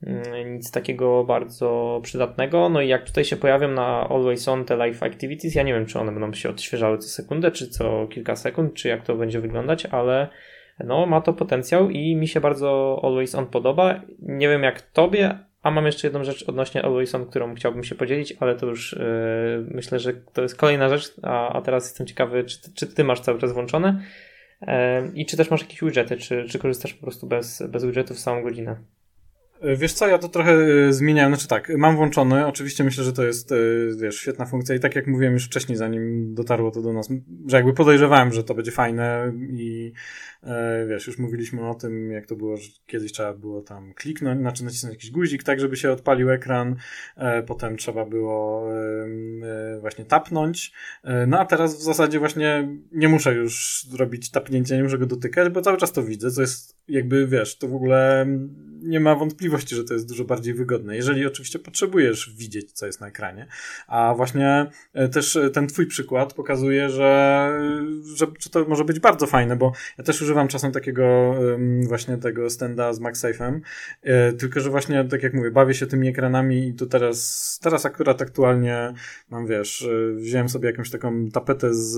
nic takiego bardzo przydatnego. No i jak tutaj się pojawią na Always On te live activities, ja nie wiem, czy one będą się odświeżały co sekundę, czy co kilka sekund, czy jak to będzie wyglądać, ale no ma to potencjał i mi się bardzo Always On podoba. Nie wiem jak tobie, a mam jeszcze jedną rzecz odnośnie Always On, którą chciałbym się podzielić, ale to już yy, myślę, że to jest kolejna rzecz, a, a teraz jestem ciekawy, czy, czy ty masz cały czas włączone yy, i czy też masz jakieś widgety, czy, czy korzystasz po prostu bez, bez widgetów całą godzinę? Wiesz co, ja to trochę zmieniałem, znaczy tak, mam włączony, oczywiście myślę, że to jest, wiesz, świetna funkcja i tak jak mówiłem już wcześniej, zanim dotarło to do nas, że jakby podejrzewałem, że to będzie fajne i wiesz, już mówiliśmy o tym, jak to było, że kiedyś trzeba było tam kliknąć, znaczy nacisnąć jakiś guzik, tak, żeby się odpalił ekran, potem trzeba było właśnie tapnąć, no a teraz w zasadzie właśnie nie muszę już robić tapnięcia, nie muszę go dotykać, bo cały czas to widzę, co jest jakby, wiesz, to w ogóle nie ma wątpliwości, że to jest dużo bardziej wygodne. Jeżeli oczywiście potrzebujesz widzieć, co jest na ekranie. A właśnie też ten twój przykład pokazuje, że, że, że to może być bardzo fajne, bo ja też używam czasem takiego właśnie tego standa z MagSafe'em, tylko że właśnie, tak jak mówię, bawię się tymi ekranami i to teraz, teraz akurat aktualnie mam, wiesz, wziąłem sobie jakąś taką tapetę z,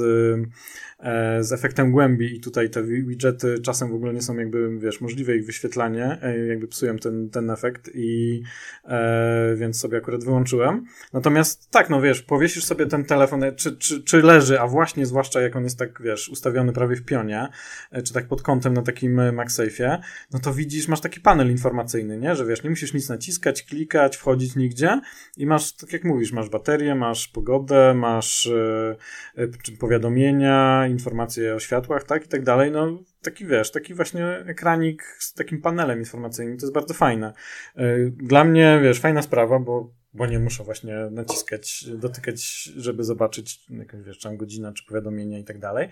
z efektem głębi i tutaj te widgety czasem w ogóle nie są jakby, wiesz, możliwe ich wyświetlanie, jakby psują ten, ten efekt i e, więc sobie akurat wyłączyłem. Natomiast tak, no wiesz, powiesisz sobie ten telefon, czy, czy, czy leży, a właśnie zwłaszcza jak on jest tak, wiesz, ustawiony prawie w pionie, czy tak pod kątem na takim MagSafe'ie, no to widzisz, masz taki panel informacyjny, nie? Że wiesz, nie musisz nic naciskać, klikać, wchodzić nigdzie i masz, tak jak mówisz, masz baterię, masz pogodę, masz e, e, powiadomienia, informacje o światłach, tak? I tak dalej, no taki, wiesz, taki właśnie ekranik z takim panelem informacyjnym, to jest bardzo fajne. Dla mnie, wiesz, fajna sprawa, bo, bo nie muszę właśnie naciskać, dotykać, żeby zobaczyć jakąś, wiesz, tam godzinę, czy powiadomienia i tak dalej.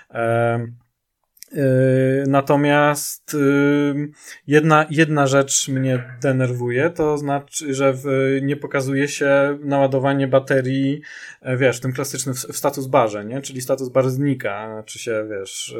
Natomiast jedna, jedna rzecz mnie denerwuje, to znaczy, że w, nie pokazuje się naładowanie baterii, wiesz, w tym klasycznym w, w status barze, nie? Czyli status bar znika, czy się, wiesz,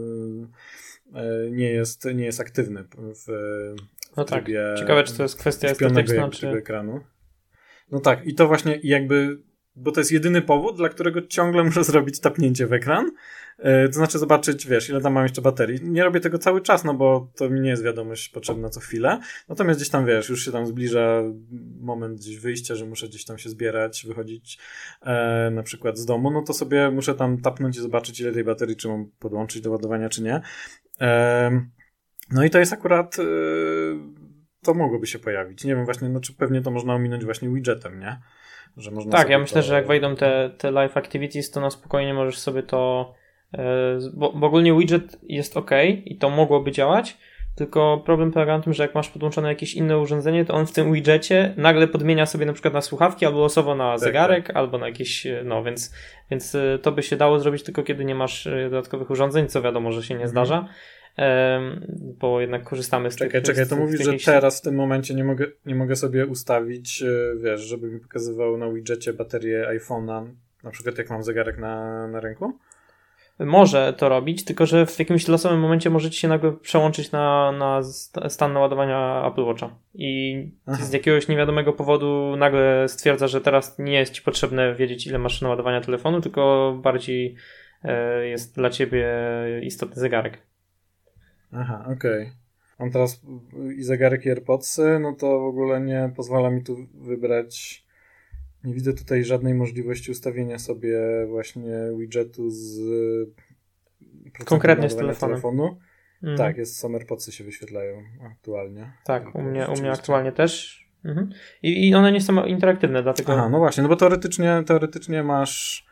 nie jest, nie jest aktywny w, w no trybie. Tak. Ciekawe, czy to jest kwestia estetyczna, czy... ekranu. No tak, i to właśnie jakby, bo to jest jedyny powód, dla którego ciągle muszę zrobić tapnięcie w ekran. To znaczy zobaczyć, wiesz, ile tam mam jeszcze baterii. Nie robię tego cały czas, no bo to mi nie jest wiadomość potrzebna co chwilę. Natomiast gdzieś tam, wiesz, już się tam zbliża moment gdzieś wyjścia, że muszę gdzieś tam się zbierać, wychodzić e, na przykład z domu, no to sobie muszę tam tapnąć i zobaczyć, ile tej baterii, czy mam podłączyć do ładowania, czy nie. E, no i to jest akurat... E, to mogłoby się pojawić. Nie wiem właśnie, no czy pewnie to można ominąć właśnie widgetem, nie? Że można tak, ja to... myślę, że jak wejdą te, te live activities, to na spokojnie możesz sobie to... Bo, bo ogólnie widget jest ok i to mogłoby działać, tylko problem polega na tym, że jak masz podłączone jakieś inne urządzenie, to on w tym widgecie nagle podmienia sobie na przykład na słuchawki, albo losowo na tak, zegarek, tak. albo na jakieś, no więc, więc to by się dało zrobić tylko kiedy nie masz dodatkowych urządzeń, co wiadomo, że się nie zdarza. Um, bo jednak korzystamy z czekaj, tych... Czekaj, czekaj, to mówisz, jakichś... że teraz w tym momencie nie mogę, nie mogę sobie ustawić, wiesz, żeby mi pokazywał na widgetie baterię iPhone'a, na przykład jak mam zegarek na, na ręku? Może to robić, tylko że w jakimś losowym momencie możecie się nagle przełączyć na, na stan naładowania Apple Watcha i Aha. z jakiegoś niewiadomego powodu nagle stwierdza, że teraz nie jest ci potrzebne wiedzieć, ile masz naładowania telefonu, tylko bardziej e, jest dla ciebie istotny zegarek. Aha, okej. Okay. Mam teraz i zegarek i AirPodsy, no to w ogóle nie pozwala mi tu wybrać, nie widzę tutaj żadnej możliwości ustawienia sobie właśnie widgetu z konkretnie z telefonem. telefonu. Mhm. Tak, jest, są AirPodsy się wyświetlają aktualnie. Tak, u mnie, u mnie aktualnie też. Mhm. I, I one nie są interaktywne, dlatego... Aha, no właśnie, no bo teoretycznie, teoretycznie masz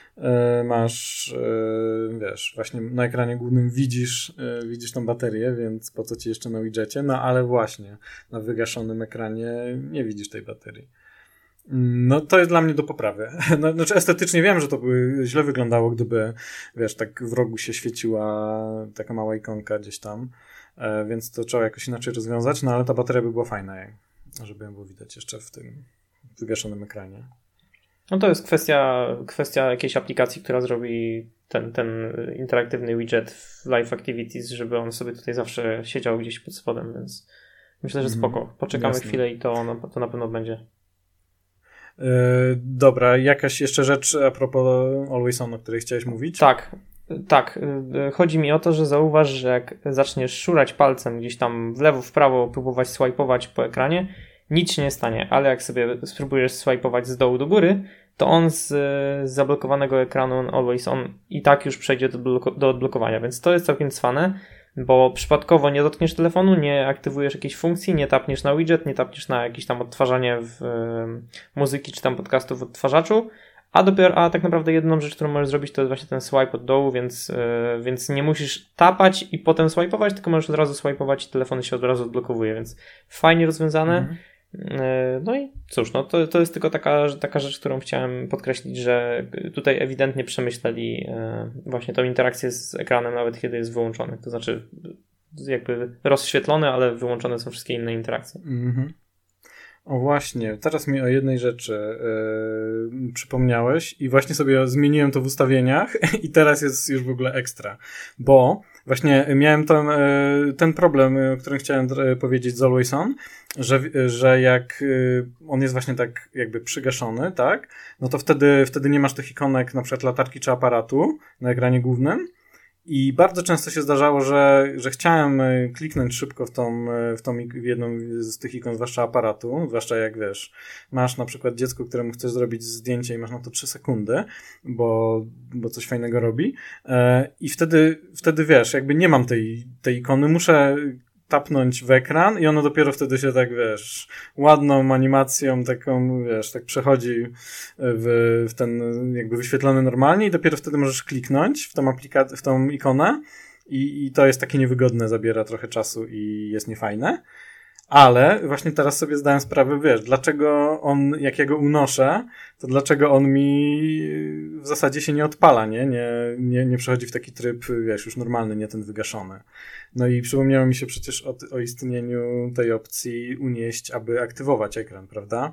masz, wiesz, właśnie na ekranie głównym widzisz, widzisz tą baterię, więc po co ci jeszcze na widgetie? No ale właśnie, na wygaszonym ekranie nie widzisz tej baterii. No to jest dla mnie do poprawy. No, znaczy estetycznie wiem, że to by źle wyglądało, gdyby, wiesz, tak w rogu się świeciła taka mała ikonka gdzieś tam, więc to trzeba jakoś inaczej rozwiązać, no ale ta bateria by była fajna, żeby ją było widać jeszcze w tym wygaszonym ekranie. No to jest kwestia, kwestia jakiejś aplikacji, która zrobi ten, ten interaktywny widget w Live Activities, żeby on sobie tutaj zawsze siedział gdzieś pod spodem, więc, Myślę, że spoko. Poczekamy Jasne. chwilę i to, no, to na pewno będzie. Yy, dobra, jakaś jeszcze rzecz a propos Always On, o której chciałeś mówić? Tak, tak. Chodzi mi o to, że zauważ, że jak zaczniesz szurać palcem gdzieś tam w lewo, w prawo, próbować swajpować po ekranie, nic się nie stanie, ale jak sobie spróbujesz swajpować z dołu do góry, to on z, z zablokowanego ekranu Always On i tak już przejdzie do, bloko- do odblokowania, więc to jest całkiem cwane, bo przypadkowo nie dotkniesz telefonu, nie aktywujesz jakiejś funkcji, nie tapniesz na widget, nie tapniesz na jakieś tam odtwarzanie w, y, muzyki czy tam podcastów w odtwarzaczu, a dopiero, a tak naprawdę jedną rzecz, którą możesz zrobić, to jest właśnie ten swipe od dołu, więc, y, więc nie musisz tapać i potem swipeować, tylko możesz od razu swipeować i telefon się od razu odblokowuje, więc fajnie rozwiązane. Mhm. No i cóż, no to, to jest tylko taka, taka rzecz, którą chciałem podkreślić, że tutaj ewidentnie przemyśleli właśnie tą interakcję z ekranem, nawet kiedy jest wyłączony. To znaczy jakby rozświetlone, ale wyłączone są wszystkie inne interakcje. Mhm. O właśnie, teraz mi o jednej rzeczy yy, przypomniałeś i właśnie sobie zmieniłem to w ustawieniach i teraz jest już w ogóle ekstra, bo właśnie miałem ten, yy, ten problem, o którym chciałem yy, powiedzieć z Always On, że, yy, że jak yy, on jest właśnie tak jakby przygaszony, tak, no to wtedy, wtedy nie masz tych ikonek na przykład latarki czy aparatu na ekranie głównym. I bardzo często się zdarzało, że, że chciałem kliknąć szybko w tą, w tą w jedną z tych ikon, zwłaszcza aparatu, zwłaszcza jak wiesz, masz na przykład dziecko, któremu chcesz zrobić zdjęcie i masz na to trzy sekundy, bo, bo coś fajnego robi. I wtedy, wtedy wiesz, jakby nie mam tej, tej ikony, muszę tapnąć w ekran i ono dopiero wtedy się tak, wiesz, ładną animacją taką, wiesz, tak przechodzi w, w ten jakby wyświetlony normalnie i dopiero wtedy możesz kliknąć w tą aplikację, w tą ikonę i, i to jest takie niewygodne, zabiera trochę czasu i jest niefajne. Ale właśnie teraz sobie zdałem sprawę, wiesz, dlaczego on, jak ja go unoszę, to dlaczego on mi w zasadzie się nie odpala, nie? Nie, nie, nie przechodzi w taki tryb, wiesz, już normalny, nie ten wygaszony. No i przypomniało mi się przecież o, o istnieniu tej opcji unieść, aby aktywować ekran, prawda?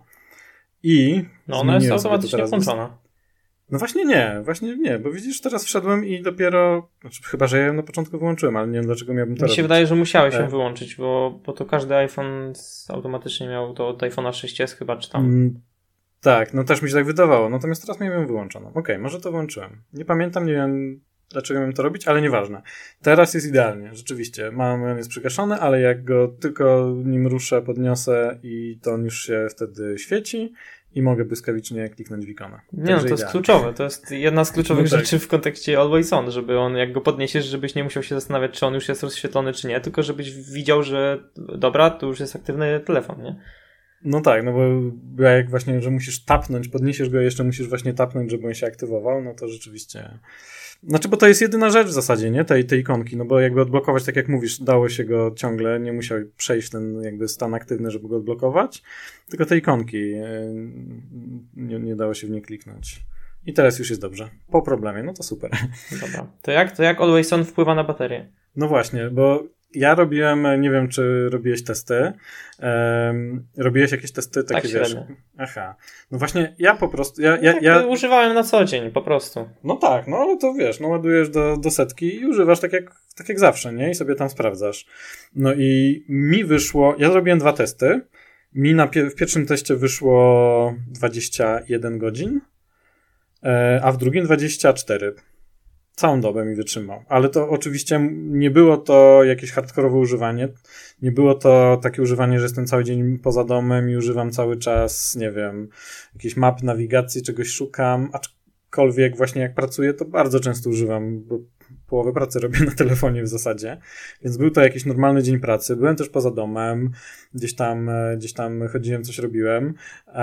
I... No ona jest automatycznie włączona. No właśnie nie, właśnie nie, bo widzisz, teraz wszedłem i dopiero, znaczy chyba, że ja ją na początku wyłączyłem, ale nie wiem, dlaczego miałbym to robić. Mi się wydaje, że musiałeś ją wyłączyć, bo, bo to każdy iPhone automatycznie miał to od iPhone'a sześć es chyba, czy tam... Mm, tak, no też mi się tak wydawało, natomiast teraz miałem ją wyłączoną. Okej, okay, może to włączyłem. Nie pamiętam, nie wiem, dlaczego miałem to robić, ale nieważne. Teraz jest idealnie, rzeczywiście. Mam, on jest przygaszony, ale jak go tylko nim ruszę, podniosę i to on już się wtedy świeci i mogę błyskawicznie kliknąć w ikonę. Nie, no to idealnie. Jest kluczowe. To jest jedna z kluczowych no tak. rzeczy w kontekście Always On, żeby on, jak go podniesiesz, żebyś nie musiał się zastanawiać, czy on już jest rozświetlony, czy nie, tylko żebyś widział, że dobra, to już jest aktywny telefon, nie? No tak, no bo jak właśnie, że musisz tapnąć, podniesiesz go, jeszcze musisz właśnie tapnąć, żeby on się aktywował, no to rzeczywiście... Znaczy, bo to jest jedyna rzecz w zasadzie, nie? Tej, tej ikonki, no bo jakby odblokować, tak jak mówisz, dało się go ciągle, nie musiał przejść ten jakby stan aktywny, żeby go odblokować, tylko tej ikonki nie, nie dało się w nie kliknąć. I teraz już jest dobrze. Po problemie, no to super. Dobra. To jak, to jak Always On wpływa na baterię? No właśnie, bo ja robiłem, nie wiem, czy robiłeś testy. Um, robiłeś jakieś testy takie, tak, wiesz? Średnio. Aha. No właśnie, ja po prostu... Ja, ja, tak, ja... używałem na co dzień, po prostu. No tak, no ale to wiesz, no ładujesz do, do setki i używasz tak jak, tak jak zawsze, nie? I sobie tam sprawdzasz. No i mi wyszło... Ja zrobiłem dwa testy. Mi na pie- w pierwszym teście wyszło dwadzieścia jeden godzin, e, a w drugim dwadzieścia cztery. Całą dobę mi wytrzymał. Ale to oczywiście nie było to jakieś hardkorowe używanie. Nie było to takie używanie, że jestem cały dzień poza domem i używam cały czas, nie wiem, jakiejś map, nawigacji, czegoś szukam. Aczkolwiek właśnie jak pracuję, to bardzo często używam, bo połowę pracy robię na telefonie w zasadzie. Więc był to jakiś normalny dzień pracy. Byłem też poza domem. Gdzieś tam, gdzieś tam chodziłem, coś robiłem.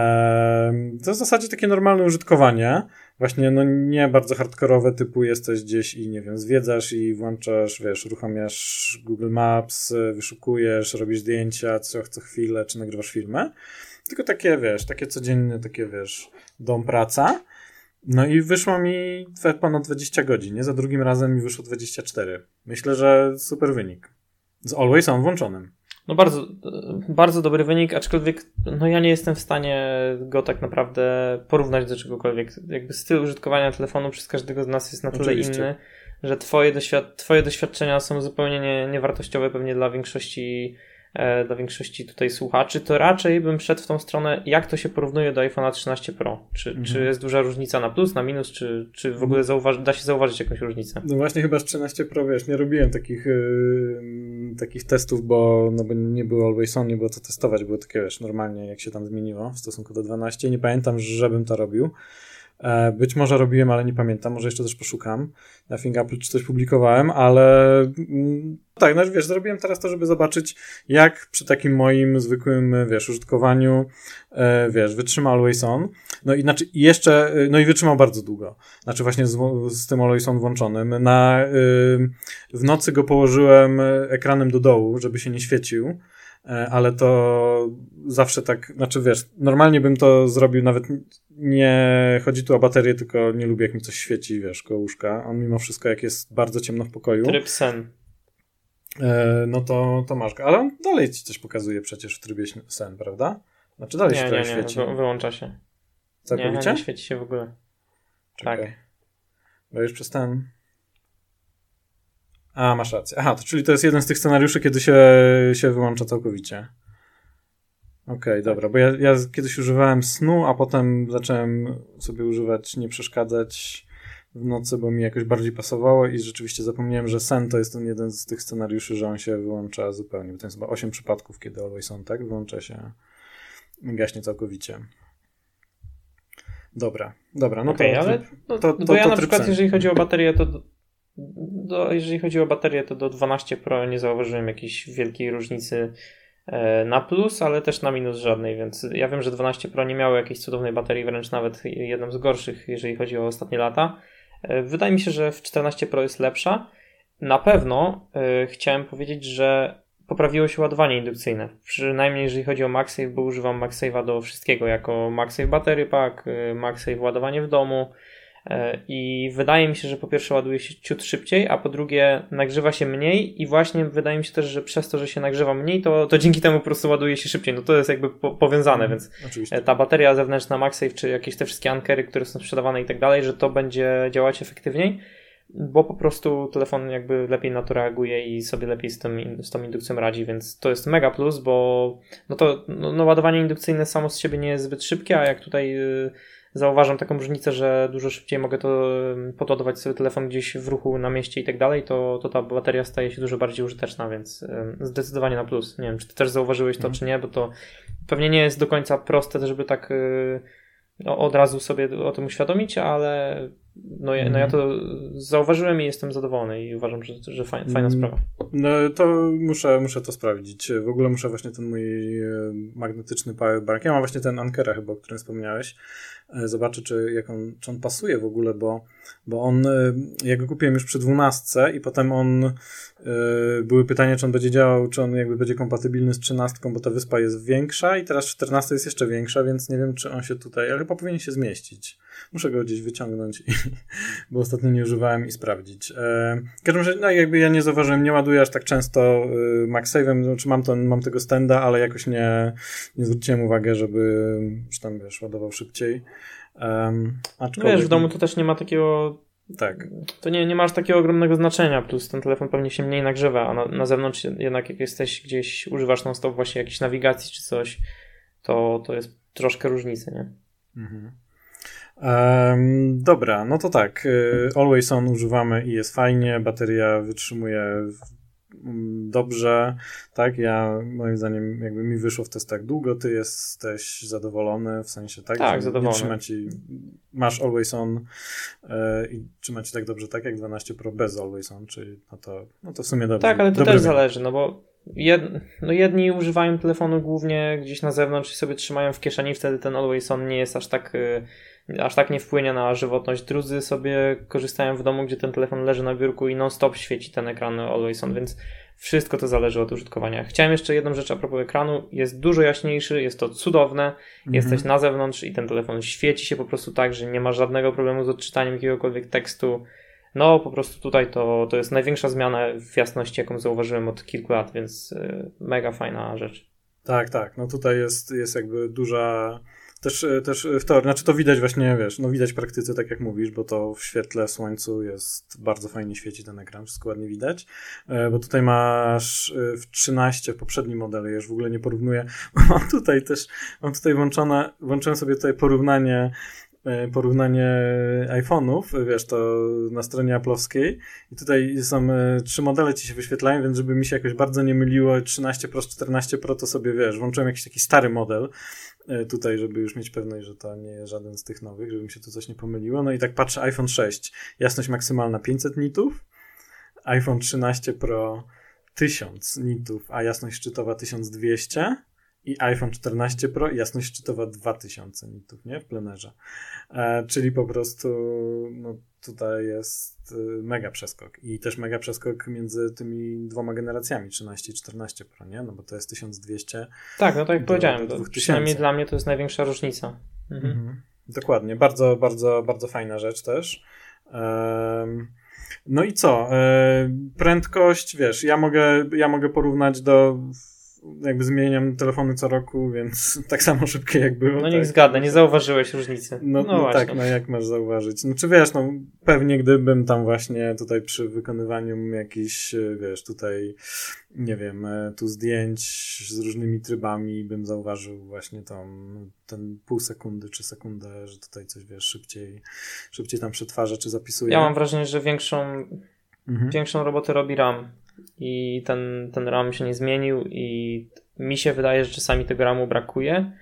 To w zasadzie takie normalne użytkowanie. Właśnie, no nie bardzo hardkorowe, typu jesteś gdzieś i nie wiem, zwiedzasz i włączasz, wiesz, uruchamiasz Google Maps, wyszukujesz, robisz zdjęcia co, co chwilę, czy nagrywasz filmy. Tylko takie, wiesz, takie codzienne, takie, wiesz, dom, praca. No i wyszło mi ponad dwadzieścia godzin, nie? Za drugim razem mi wyszło dwadzieścia cztery. Myślę, że super wynik. Z Always On włączonym. No bardzo, bardzo dobry wynik, aczkolwiek no ja nie jestem w stanie go tak naprawdę porównać do czegokolwiek. Jakby styl użytkowania telefonu przez każdego z nas jest na tyle Oczywiście. inny, że twoje, doświad- twoje doświadczenia są zupełnie nie, niewartościowe pewnie dla większości e, dla większości tutaj słuchaczy, to raczej bym szedł w tą stronę, jak to się porównuje do iPhone'a trzynaście Pro. Czy, mhm. czy jest duża różnica na plus, na minus, czy, czy w ogóle zauważy, da się zauważyć jakąś różnicę? No właśnie chyba z trzynaście Pro, wiesz, nie robiłem takich, yy, takich testów, bo, no bo nie było Always On, nie było co testować, było takie, wiesz, normalnie jak się tam zmieniło w stosunku do dwanaście. Nie pamiętam, żebym to robił. Być może robiłem, ale nie pamiętam, może jeszcze też poszukam na Fingerapple, czy coś publikowałem, ale mm, tak, no wiesz, zrobiłem teraz to, żeby zobaczyć, jak przy takim moim zwykłym, wiesz, użytkowaniu, e, wiesz, wytrzyma Always On, no i znaczy jeszcze, no i wytrzymał bardzo długo, znaczy właśnie z, z tym Always On włączonym. Na, y, w nocy go położyłem ekranem do dołu, żeby się nie świecił, ale to zawsze tak, znaczy wiesz, normalnie bym to zrobił, nawet nie chodzi tu o baterię, tylko nie lubię jak mi coś świeci, wiesz, koło łóżka. On mimo wszystko, jak jest bardzo ciemno w pokoju, tryb sen, no to, to masz go, ale on dalej ci coś pokazuje przecież w trybie sen, prawda? Znaczy dalej nie, się nie, nie, świeci. Wy, wyłącza się. Całkowicie? Nie, nie świeci się w ogóle. Czekaj. Tak. Bo już przestałem. A, masz rację. Aha, to czyli to jest jeden z tych scenariuszy, kiedy się, się wyłącza całkowicie. Okej, okay, dobra, bo ja, ja kiedyś używałem snu, a potem zacząłem sobie używać nie przeszkadzać w nocy, bo mi jakoś bardziej pasowało i rzeczywiście zapomniałem, że sen to jest ten jeden z tych scenariuszy, że on się wyłącza zupełnie, bo to jest chyba osiem przypadków, kiedy Always On, tak? Wyłącza się, gaśnie całkowicie. Dobra, dobra, no okay, to... ale no, to, to, to, bo ja to na przykład, sen. jeżeli chodzi o baterię, to do, do, jeżeli chodzi o baterię, to do dwanaście Pro nie zauważyłem jakiejś wielkiej różnicy na plus, ale też na minus żadnej, więc ja wiem, że dwanaście Pro nie miało jakiejś cudownej baterii, wręcz nawet jedną z gorszych, jeżeli chodzi o ostatnie lata. Wydaje mi się, że w czternaście Pro jest lepsza. Na pewno yy, chciałem powiedzieć, że poprawiło się ładowanie indukcyjne, przynajmniej jeżeli chodzi o MagSafe, bo używam MagSafe'a do wszystkiego, jako MagSafe Battery Pack, yy, MagSafe ładowanie w domu. I wydaje mi się, że po pierwsze ładuje się ciut szybciej, a po drugie nagrzewa się mniej i właśnie wydaje mi się też, że przez to, że się nagrzewa mniej, to, to dzięki temu po prostu ładuje się szybciej. No to jest jakby po, powiązane, mm, więc oczywiście. Ta bateria zewnętrzna MagSafe, czy jakieś te wszystkie ankery, które są sprzedawane i tak dalej, że to będzie działać efektywniej, bo po prostu telefon jakby lepiej na to reaguje i sobie lepiej z, tym, z tą indukcją radzi, więc to jest mega plus, bo no to no, no ładowanie indukcyjne samo z siebie nie jest zbyt szybkie, a jak tutaj yy, zauważam taką różnicę, że dużo szybciej mogę to podładować sobie telefon gdzieś w ruchu na mieście i tak dalej, to, to ta bateria staje się dużo bardziej użyteczna, więc zdecydowanie na plus. Nie wiem, czy ty też zauważyłeś to, mm. czy nie, bo to pewnie nie jest do końca proste, żeby tak no, od razu sobie o tym uświadomić, ale no ja, no ja to zauważyłem i jestem zadowolony i uważam, że, że fajna, fajna sprawa. No to muszę, muszę to sprawdzić. W ogóle muszę właśnie ten mój magnetyczny powerbank, ja mam właśnie ten Ankera chyba, o którym wspomniałeś, zobaczę, czy, jak on, czy on pasuje w ogóle, bo, bo on, ja go kupiłem już przy dwunastce i potem on, yy, były pytania, czy on będzie działał, czy on jakby będzie kompatybilny z trzynastką, bo ta wyspa jest większa i teraz czternasta jest jeszcze większa, więc nie wiem, czy on się tutaj, ale chyba powinien się zmieścić. Muszę go gdzieś wyciągnąć, i, bo ostatnio nie używałem i sprawdzić. E, w każdym razie, no jakby ja nie zauważyłem, nie ładuję aż tak często y, MagSafe'em, znaczy mam, to, mam tego standa, ale jakoś nie, nie zwróciłem uwagi, żeby już tam, wiesz, ładował szybciej. Um, Wiesz, w domu to też nie ma takiego... Tak. To nie, nie masz takiego ogromnego znaczenia, plus ten telefon pewnie się mniej nagrzewa, a na, na zewnątrz jednak jak jesteś gdzieś, używasz non-stop właśnie jakiejś nawigacji czy coś, to, to jest troszkę różnicy, nie? Mhm. Um, dobra, no to tak. Always On używamy i jest fajnie, bateria wytrzymuje dobrze, tak? Ja moim zdaniem jakby mi wyszło w testach długo, ty jesteś zadowolony, w sensie tak? Tak, zadowolony. Trzyma ci, masz Always On yy, i trzyma ci tak dobrze, tak jak dwanaście Pro bez Always On, czyli no to, no to w sumie dobrze. Tak, ale to dobrze też wiem. zależy, no bo jed, no jedni używają telefonu głównie gdzieś na zewnątrz i sobie trzymają w kieszeni, wtedy ten Always On nie jest aż tak yy, aż tak nie wpłynie na żywotność. Drudzy sobie korzystają w domu, gdzie ten telefon leży na biurku i non-stop świeci ten ekran Always On, więc wszystko to zależy od użytkowania. Chciałem jeszcze jedną rzecz a propos ekranu. Jest dużo jaśniejszy, jest to cudowne. Mhm. Jesteś na zewnątrz i ten telefon świeci się po prostu tak, że nie ma żadnego problemu z odczytaniem jakiegokolwiek tekstu. No po prostu tutaj to, to jest największa zmiana w jasności, jaką zauważyłem od kilku lat, więc yy, mega fajna rzecz. Tak, tak. No tutaj jest, jest jakby duża Też, też w teorii, znaczy to widać właśnie, wiesz, no widać w praktyce, tak jak mówisz, bo to w świetle słońcu jest bardzo fajnie świeci ten ekran, wszystko ładnie widać, bo tutaj masz w trzynaście, w poprzednim modelu, ja już w ogóle nie porównuję, mam tutaj też, mam tutaj włączone, włączyłem sobie tutaj porównanie porównanie iPhone'ów, wiesz, to na stronie Apple'owskiej i tutaj są trzy modele ci się wyświetlają, więc żeby mi się jakoś bardzo nie myliło trzynaście Pro, czternaście Pro, to sobie, wiesz, włączyłem jakiś taki stary model tutaj, żeby już mieć pewność, że to nie jest żaden z tych nowych, żeby mi się tu coś nie pomyliło. No i tak patrzę, iPhone sześć, jasność maksymalna pięćset nitów, iPhone trzynaście Pro tysiąc nitów, a jasność szczytowa tysiąc dwieście i iPhone czternaście Pro jasność szczytowa dwa tysiące nitów, nie? W plenerze. E, czyli po prostu no, tutaj jest y, mega przeskok. I też mega przeskok między tymi dwoma generacjami, trzynaście i czternaście Pro, nie? No bo to jest tysiąc dwieście. Tak, no tak jak powiedziałem, to przynajmniej dla mnie to jest największa różnica. Mhm. Mhm. Dokładnie. Bardzo, bardzo, bardzo fajna rzecz też. Um, no i co? E, prędkość, wiesz, ja mogę, ja mogę porównać do jakby zmieniam telefony co roku, więc tak samo szybkie jak było. No niech tak. zgadnę, nie zauważyłeś różnicy. No, no, no właśnie. tak, no jak masz zauważyć? No czy wiesz, no pewnie gdybym tam właśnie tutaj przy wykonywaniu jakichś, wiesz, tutaj nie wiem, tu zdjęć z różnymi trybami bym zauważył właśnie tą, ten pół sekundy czy sekundę, że tutaj coś, wiesz, szybciej szybciej tam przetwarza czy zapisuje. Ja mam wrażenie, że większą mhm. większą robotę robi RAM. I ten, ten RAM się nie zmienił i mi się wydaje, że czasami tego RAMu brakuje,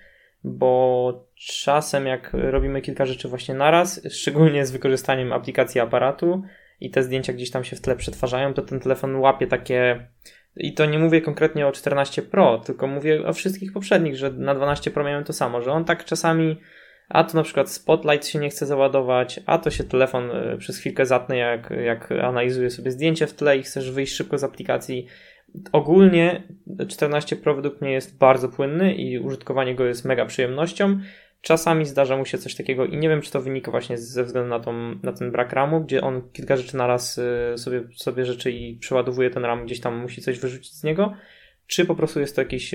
bo czasem jak robimy kilka rzeczy właśnie naraz, szczególnie z wykorzystaniem aplikacji aparatu i te zdjęcia gdzieś tam się w tle przetwarzają, to ten telefon łapie takie, i to nie mówię konkretnie o czternaście Pro, tylko mówię o wszystkich poprzednich, że na dwanaście Pro miałem to samo, że on tak czasami, a to na przykład Spotlight się nie chce załadować, a to się telefon przez chwilkę zatnie, jak, jak analizuje sobie zdjęcie w tle i chcesz wyjść szybko z aplikacji. Ogólnie czternaście Pro według mnie jest bardzo płynny i użytkowanie go jest mega przyjemnością. Czasami zdarza mu się coś takiego i nie wiem, czy to wynika właśnie ze względu na, tą, na ten brak ramu, gdzie on kilka rzeczy naraz sobie, sobie rzeczy i przeładowuje ten RAM, gdzieś tam musi coś wyrzucić z niego, czy po prostu jest to jakiś,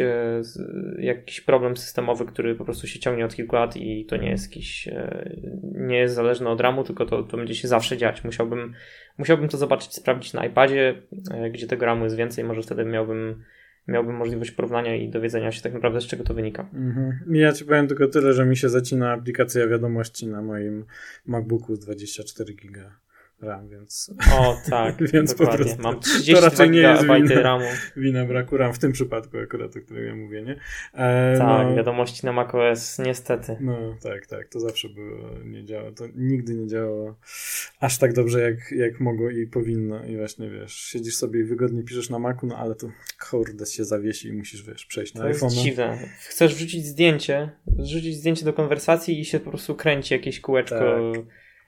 jakiś problem systemowy, który po prostu się ciągnie od kilku lat i to nie jest jakiś, nie jest zależne od ramu, tylko to, to będzie się zawsze dziać. Musiałbym, musiałbym to zobaczyć, sprawdzić na iPadzie, gdzie tego ramu jest więcej, może wtedy miałbym, miałbym możliwość porównania i dowiedzenia się tak naprawdę, z czego to wynika. Mhm. Ja ci powiem tylko tyle, że mi się zacina aplikacja wiadomości na moim MacBooku z dwadzieścia cztery giga RAM, więc... O tak, więc dokładnie. Po prostu Mam trzydzieści dwa gigabajty ramu. Wina braku RAM w tym przypadku akurat, o którym ja mówię, nie? E, tak, no, wiadomości na macOS, niestety. No tak, tak, to zawsze było, nie działa, to nigdy nie działało aż tak dobrze, jak, jak mogło i powinno i właśnie, wiesz, siedzisz sobie i wygodnie piszesz na Macu, no ale to kurde się zawiesi i musisz, wiesz, przejść na iPhone'a. To jest dziwne. Chcesz wrzucić zdjęcie, wrzucić zdjęcie do konwersacji i się po prostu kręci jakieś kółeczko tak.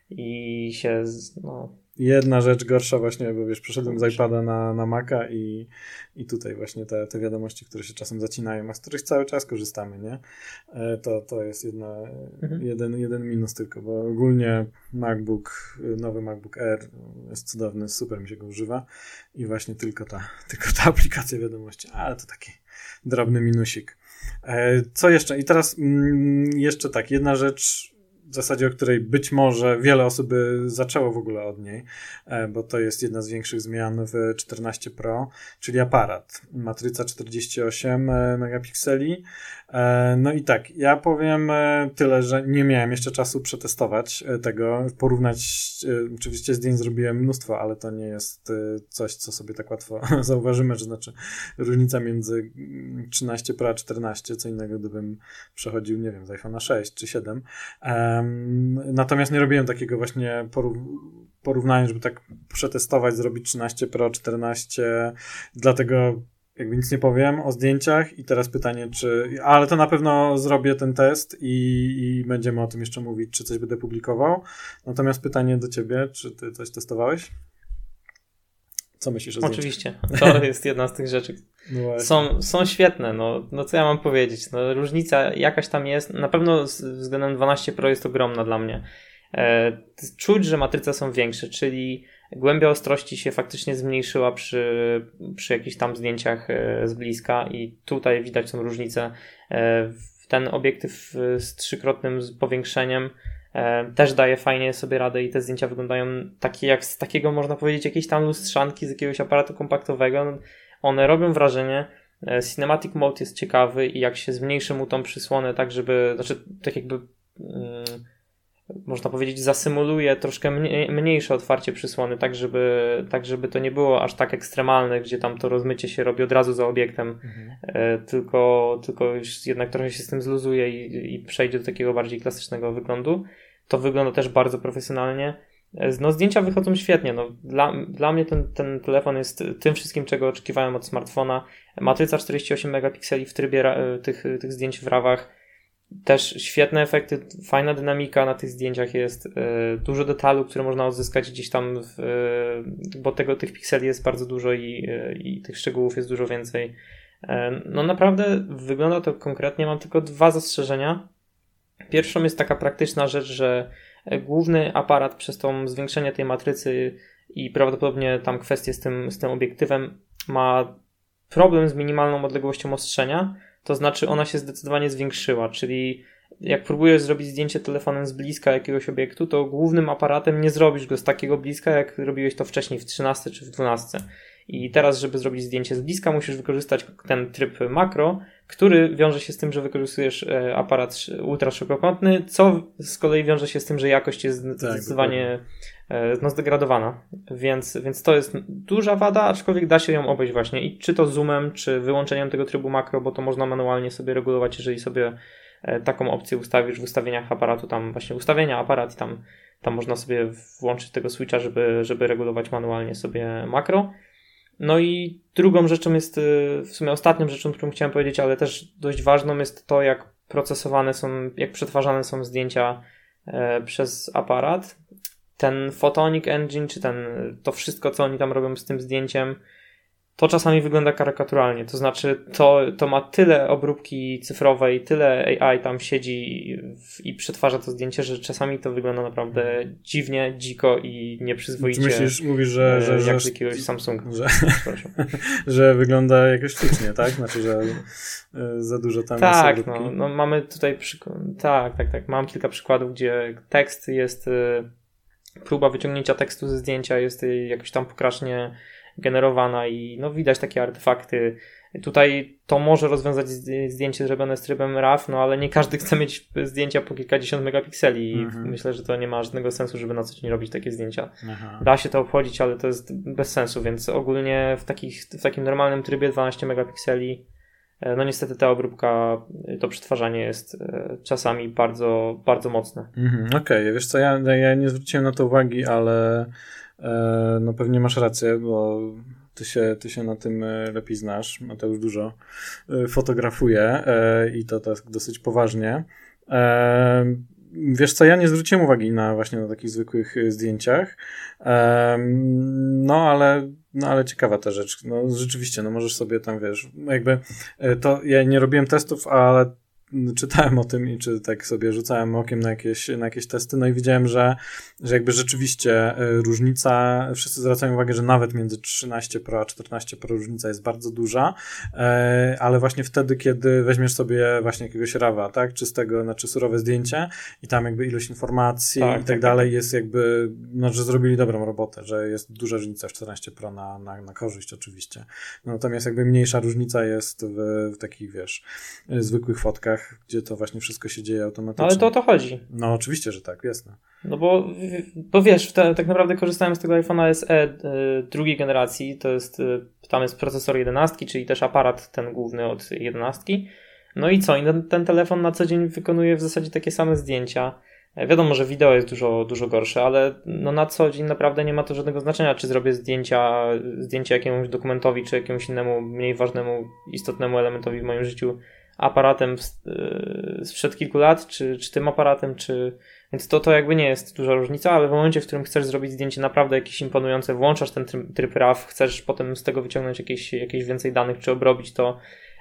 I się, no... Jedna rzecz gorsza właśnie, bo wiesz, przeszedłem z iPada na, na Maca i, i tutaj właśnie te, te wiadomości, które się czasem zacinają, a z których cały czas korzystamy, nie? To, to jest jedna, mhm. jeden, jeden minus tylko, bo ogólnie MacBook, nowy MacBook Air jest cudowny, super mi się go używa i właśnie tylko ta, tylko ta aplikacja wiadomości, ale to taki drobny minusik. Co jeszcze? I teraz mm, jeszcze tak, jedna rzecz, w zasadzie o której być może wiele osób by zaczęło w ogóle od niej, bo to jest jedna z większych zmian w czternaście Pro, czyli aparat. Matryca czterdzieści osiem megapikseli. No i tak, ja powiem tyle, że nie miałem jeszcze czasu przetestować tego, porównać, oczywiście zdjęć zrobiłem mnóstwo, ale to nie jest coś, co sobie tak łatwo zauważymy, że znaczy różnica między trzynaście Pro a czternaście, co innego gdybym przechodził, nie wiem, z iPhone'a sześć czy siedem. Natomiast nie robiłem takiego właśnie porównania, żeby tak przetestować, zrobić trzynaście Pro, czternaście, dlatego jakby nic nie powiem o zdjęciach i teraz pytanie, czy... Ale to na pewno zrobię ten test i, i będziemy o tym jeszcze mówić, czy coś będę publikował. Natomiast pytanie do ciebie, czy ty coś testowałeś? Co myślisz o zdjęciach? Oczywiście, to jest jedna z tych rzeczy. No są, są świetne, no, no co ja mam powiedzieć, no różnica jakaś tam jest, na pewno z względem dwanaście Pro jest ogromna dla mnie. E, czuć, że matryce są większe, czyli głębia ostrości się faktycznie zmniejszyła przy, przy jakichś tam zdjęciach e, z bliska i tutaj widać tą różnicę. E, ten obiektyw z trzykrotnym powiększeniem też daje fajnie sobie radę i te zdjęcia wyglądają takie jak z takiego, można powiedzieć, jakiejś tam lustrzanki z jakiegoś aparatu kompaktowego. One robią wrażenie. Cinematic Mode jest ciekawy i jak się zmniejszy mu tą przysłonę tak, żeby, znaczy tak jakby hmm, można powiedzieć zasymuluje troszkę mniej, mniejsze otwarcie przysłony, tak żeby, tak żeby to nie było aż tak ekstremalne, gdzie tam to rozmycie się robi od razu za obiektem, mhm. e, tylko, tylko już jednak trochę się z tym zluzuje i, i przejdzie do takiego bardziej klasycznego wyglądu. To wygląda też bardzo profesjonalnie. No zdjęcia wychodzą świetnie. No, dla, dla mnie ten, ten telefon jest tym wszystkim, czego oczekiwałem od smartfona. Matryca czterdzieści osiem megapikseli w trybie ra, tych, tych zdjęć w rawach. Też świetne efekty, fajna dynamika na tych zdjęciach jest. Yy, dużo detalu, które można odzyskać gdzieś tam, w, yy, bo tego, tych pikseli jest bardzo dużo i, yy, i tych szczegółów jest dużo więcej. Yy, no naprawdę wygląda to konkretnie. Mam tylko dwa zastrzeżenia. Pierwszą jest taka praktyczna rzecz, że główny aparat przez to zwiększenie tej matrycy i prawdopodobnie tam kwestie z tym, z tym obiektywem ma problem z minimalną odległością ostrzenia, to znaczy ona się zdecydowanie zwiększyła, czyli jak próbujesz zrobić zdjęcie telefonem z bliska jakiegoś obiektu, to głównym aparatem nie zrobisz go z takiego bliska, jak robiłeś to wcześniej w trzynastce czy w dwunastce. I teraz, żeby zrobić zdjęcie z bliska, musisz wykorzystać ten tryb makro, który wiąże się z tym, że wykorzystujesz aparat ultraszerokokątny, co z kolei wiąże się z tym, że jakość jest tak, zdecydowanie no, zdegradowana. Więc, więc to jest duża wada, aczkolwiek da się ją obejść właśnie i czy to zoomem, czy wyłączeniem tego trybu makro, bo to można manualnie sobie regulować, jeżeli sobie taką opcję ustawisz w ustawieniach aparatu, tam właśnie ustawienia aparat i tam, tam można sobie włączyć tego switcha, żeby, żeby regulować manualnie sobie makro. No i drugą rzeczą jest, w sumie ostatnią rzeczą, którą chciałem powiedzieć, ale też dość ważną jest to, jak procesowane są, jak przetwarzane są zdjęcia e, przez aparat. Ten Photonic Engine, czy ten, to wszystko, co oni tam robią z tym zdjęciem, to czasami wygląda karykaturalnie. To znaczy, to, to ma tyle obróbki cyfrowej, tyle A I tam siedzi w, i przetwarza to zdjęcie, że czasami to wygląda naprawdę dziwnie, dziko i nieprzyzwoicie. Myślisz, mówisz, że, że, jak że, z jakiegoś Samsunga. Że, że wygląda jakoś sztucznie, tak? Znaczy, że za dużo tam tak, jest obróbki. No, no mamy tutaj przykład. Tak, tak, tak. Mam kilka przykładów, gdzie tekst jest, próba wyciągnięcia tekstu ze zdjęcia jest jakoś tam pokracznie generowana i no widać takie artefakty. Tutaj to może rozwiązać zdjęcie zrobione z trybem RAW, no ale nie każdy chce mieć zdjęcia po kilkadziesiąt megapikseli i mhm. myślę, że to nie ma żadnego sensu, żeby na co dzień robić takie zdjęcia. Aha. Da się to obchodzić, ale to jest bez sensu, więc ogólnie w, takich, w takim normalnym trybie dwanaście megapikseli no niestety ta obróbka, to przetwarzanie jest czasami bardzo, bardzo mocne. Mhm, Okej, okay. Wiesz co, ja, ja nie zwróciłem na to uwagi, ale no pewnie masz rację, bo ty się, ty się na tym lepiej znasz. Mateusz dużo fotografuje i to tak dosyć poważnie. Wiesz co, ja nie zwróciłem uwagi na właśnie na takich zwykłych zdjęciach, no ale, no ale ciekawa ta rzecz. No rzeczywiście, no możesz sobie tam, wiesz, jakby to ja nie robiłem testów, ale czytałem o tym i czy tak sobie rzucałem okiem na jakieś, na jakieś testy, no i widziałem, że, że jakby rzeczywiście różnica, wszyscy zwracają uwagę, że nawet między trzynaście Pro a czternaście Pro różnica jest bardzo duża, ale właśnie wtedy, kiedy weźmiesz sobie właśnie jakiegoś rawa, tak, czystego, znaczy surowe zdjęcie i tam jakby ilość informacji tak, i tak, tak dalej jest jakby, no, że zrobili dobrą robotę, że jest duża różnica w czternaście Pro na, na, na korzyść oczywiście. No, natomiast jakby mniejsza różnica jest w, w takich, wiesz, zwykłych fotkach, gdzie to właśnie wszystko się dzieje automatycznie. Ale to o to chodzi. No oczywiście, że tak, jasne. No bo, bo wiesz, te, tak naprawdę korzystałem z tego iPhone'a S E y, drugiej generacji, to jest, y, tam jest procesor jedenastki, czyli też aparat ten główny od jedenastki. No i co? I ten, ten telefon na co dzień wykonuje w zasadzie takie same zdjęcia. Wiadomo, że wideo jest dużo, dużo gorsze, ale no na co dzień naprawdę nie ma to żadnego znaczenia, czy zrobię zdjęcia, zdjęcie jakiemuś dokumentowi, czy jakiemuś innemu, mniej ważnemu, istotnemu elementowi w moim życiu aparatem sprzed kilku lat, czy, czy tym aparatem, czy... Więc to, to jakby nie jest duża różnica, ale w momencie, w którym chcesz zrobić zdjęcie naprawdę jakieś imponujące, włączasz ten tryb, tryb RAW, chcesz potem z tego wyciągnąć jakieś, jakieś więcej danych, czy obrobić to,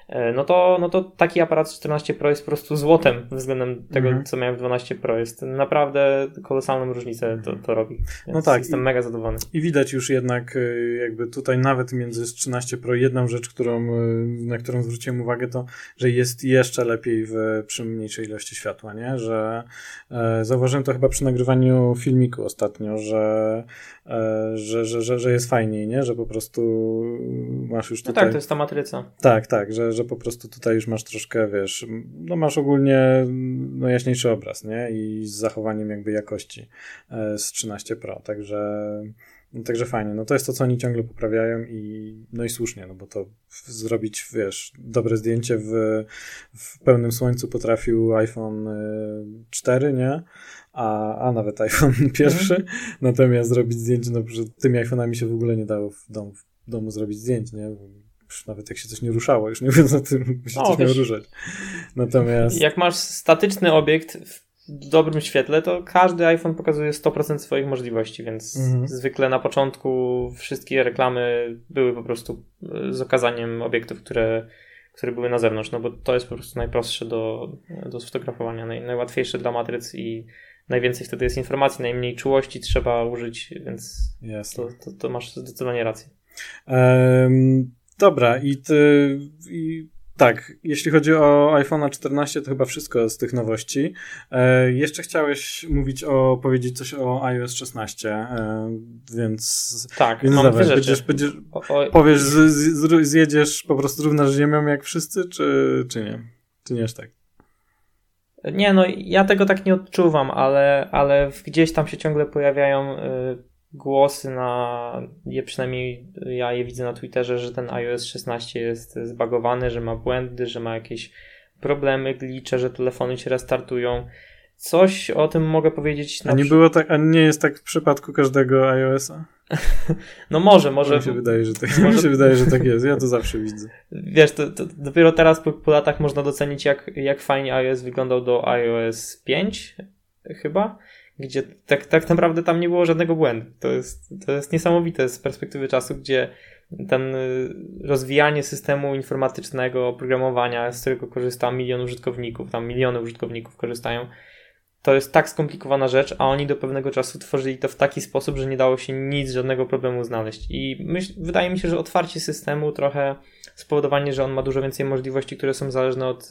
no to, no to taki aparat czternaście Pro jest po prostu złotem względem tego, mhm. co miałem w dwanaście Pro. Jest naprawdę kolosalną różnicę to, to robi. Więc no tak. Jestem I, mega zadowolony. I widać już jednak jakby tutaj nawet między trzynaście Pro jedną rzecz, którą, na którą zwróciłem uwagę, to, że jest jeszcze lepiej w, przy mniejszej ilości światła, nie? Że e, zauważyłem to chyba przy nagrywaniu filmiku ostatnio, że, e, że, że, że, że jest fajniej, nie? Że po prostu masz już tutaj... No tak, to jest ta matryca. Tak, tak, że, że po prostu tutaj już masz troszkę, wiesz, no masz ogólnie no jaśniejszy obraz, nie? I z zachowaniem jakby jakości e, z trzynaście Pro, także... No, także fajnie, no to jest to, co oni ciągle poprawiają i no i słusznie, no bo to w, zrobić, wiesz, dobre zdjęcie w, w pełnym słońcu potrafił iPhone cztery, nie? A, a nawet iPhone pierwszy, mm. natomiast zrobić zdjęcie, no że tymi iPhone'ami się w ogóle nie dało w domu, w domu zrobić zdjęć, nie? Już nawet jak się coś nie ruszało, już nie mówiąc o tym, się no, coś miało ruszać. Natomiast... Jak masz statyczny obiekt w dobrym świetle, to każdy iPhone pokazuje sto procent swoich możliwości, więc mhm. zwykle na początku wszystkie reklamy były po prostu z okazaniem obiektów, które, które były na zewnątrz, no bo to jest po prostu najprostsze do, do sfotografowania, naj, najłatwiejsze dla matryc i najwięcej wtedy jest informacji, najmniej czułości trzeba użyć, więc to, to, to masz zdecydowanie rację. Um, dobra, i ty... I... Tak, jeśli chodzi o iPhone'a czternaście, to chyba wszystko z tych nowości. E, jeszcze chciałeś mówić o, powiedzieć coś o iOS szesnaście, e, więc... Tak, więc mam dwie rzeczy. Będziesz, będziesz, o, o... Powiesz, z, z, zjedziesz po prostu równasz ziemią jak wszyscy, czy, czy nie? Czy nie aż tak? Nie, no ja tego tak nie odczuwam, ale, ale gdzieś tam się ciągle pojawiają... Y- głosy na, je przynajmniej ja je widzę na Twitterze, że ten iOS szesnaście jest zbagowany, że ma błędy, że ma jakieś problemy, glitche, że telefony się restartują. Coś o tym mogę powiedzieć. Na a nie było tak, a nie jest tak w przypadku każdego iOS-a? No może, może. Mi się wydaje, że tak, może... mi się wydaje, że tak jest. Ja to zawsze widzę. Wiesz, to, to dopiero teraz po, po latach można docenić, jak, jak fajnie iOS wyglądał do iOS pięć chyba, gdzie tak, tak naprawdę tam nie było żadnego błędu. To jest, to jest niesamowite z perspektywy czasu, gdzie ten rozwijanie systemu informatycznego, oprogramowania, z którego korzysta milion użytkowników, tam miliony użytkowników korzystają, to jest tak skomplikowana rzecz, a oni do pewnego czasu tworzyli to w taki sposób, że nie dało się nic, żadnego problemu znaleźć. I myśl, wydaje mi się, że otwarcie systemu, trochę spowodowanie, że on ma dużo więcej możliwości, które są zależne od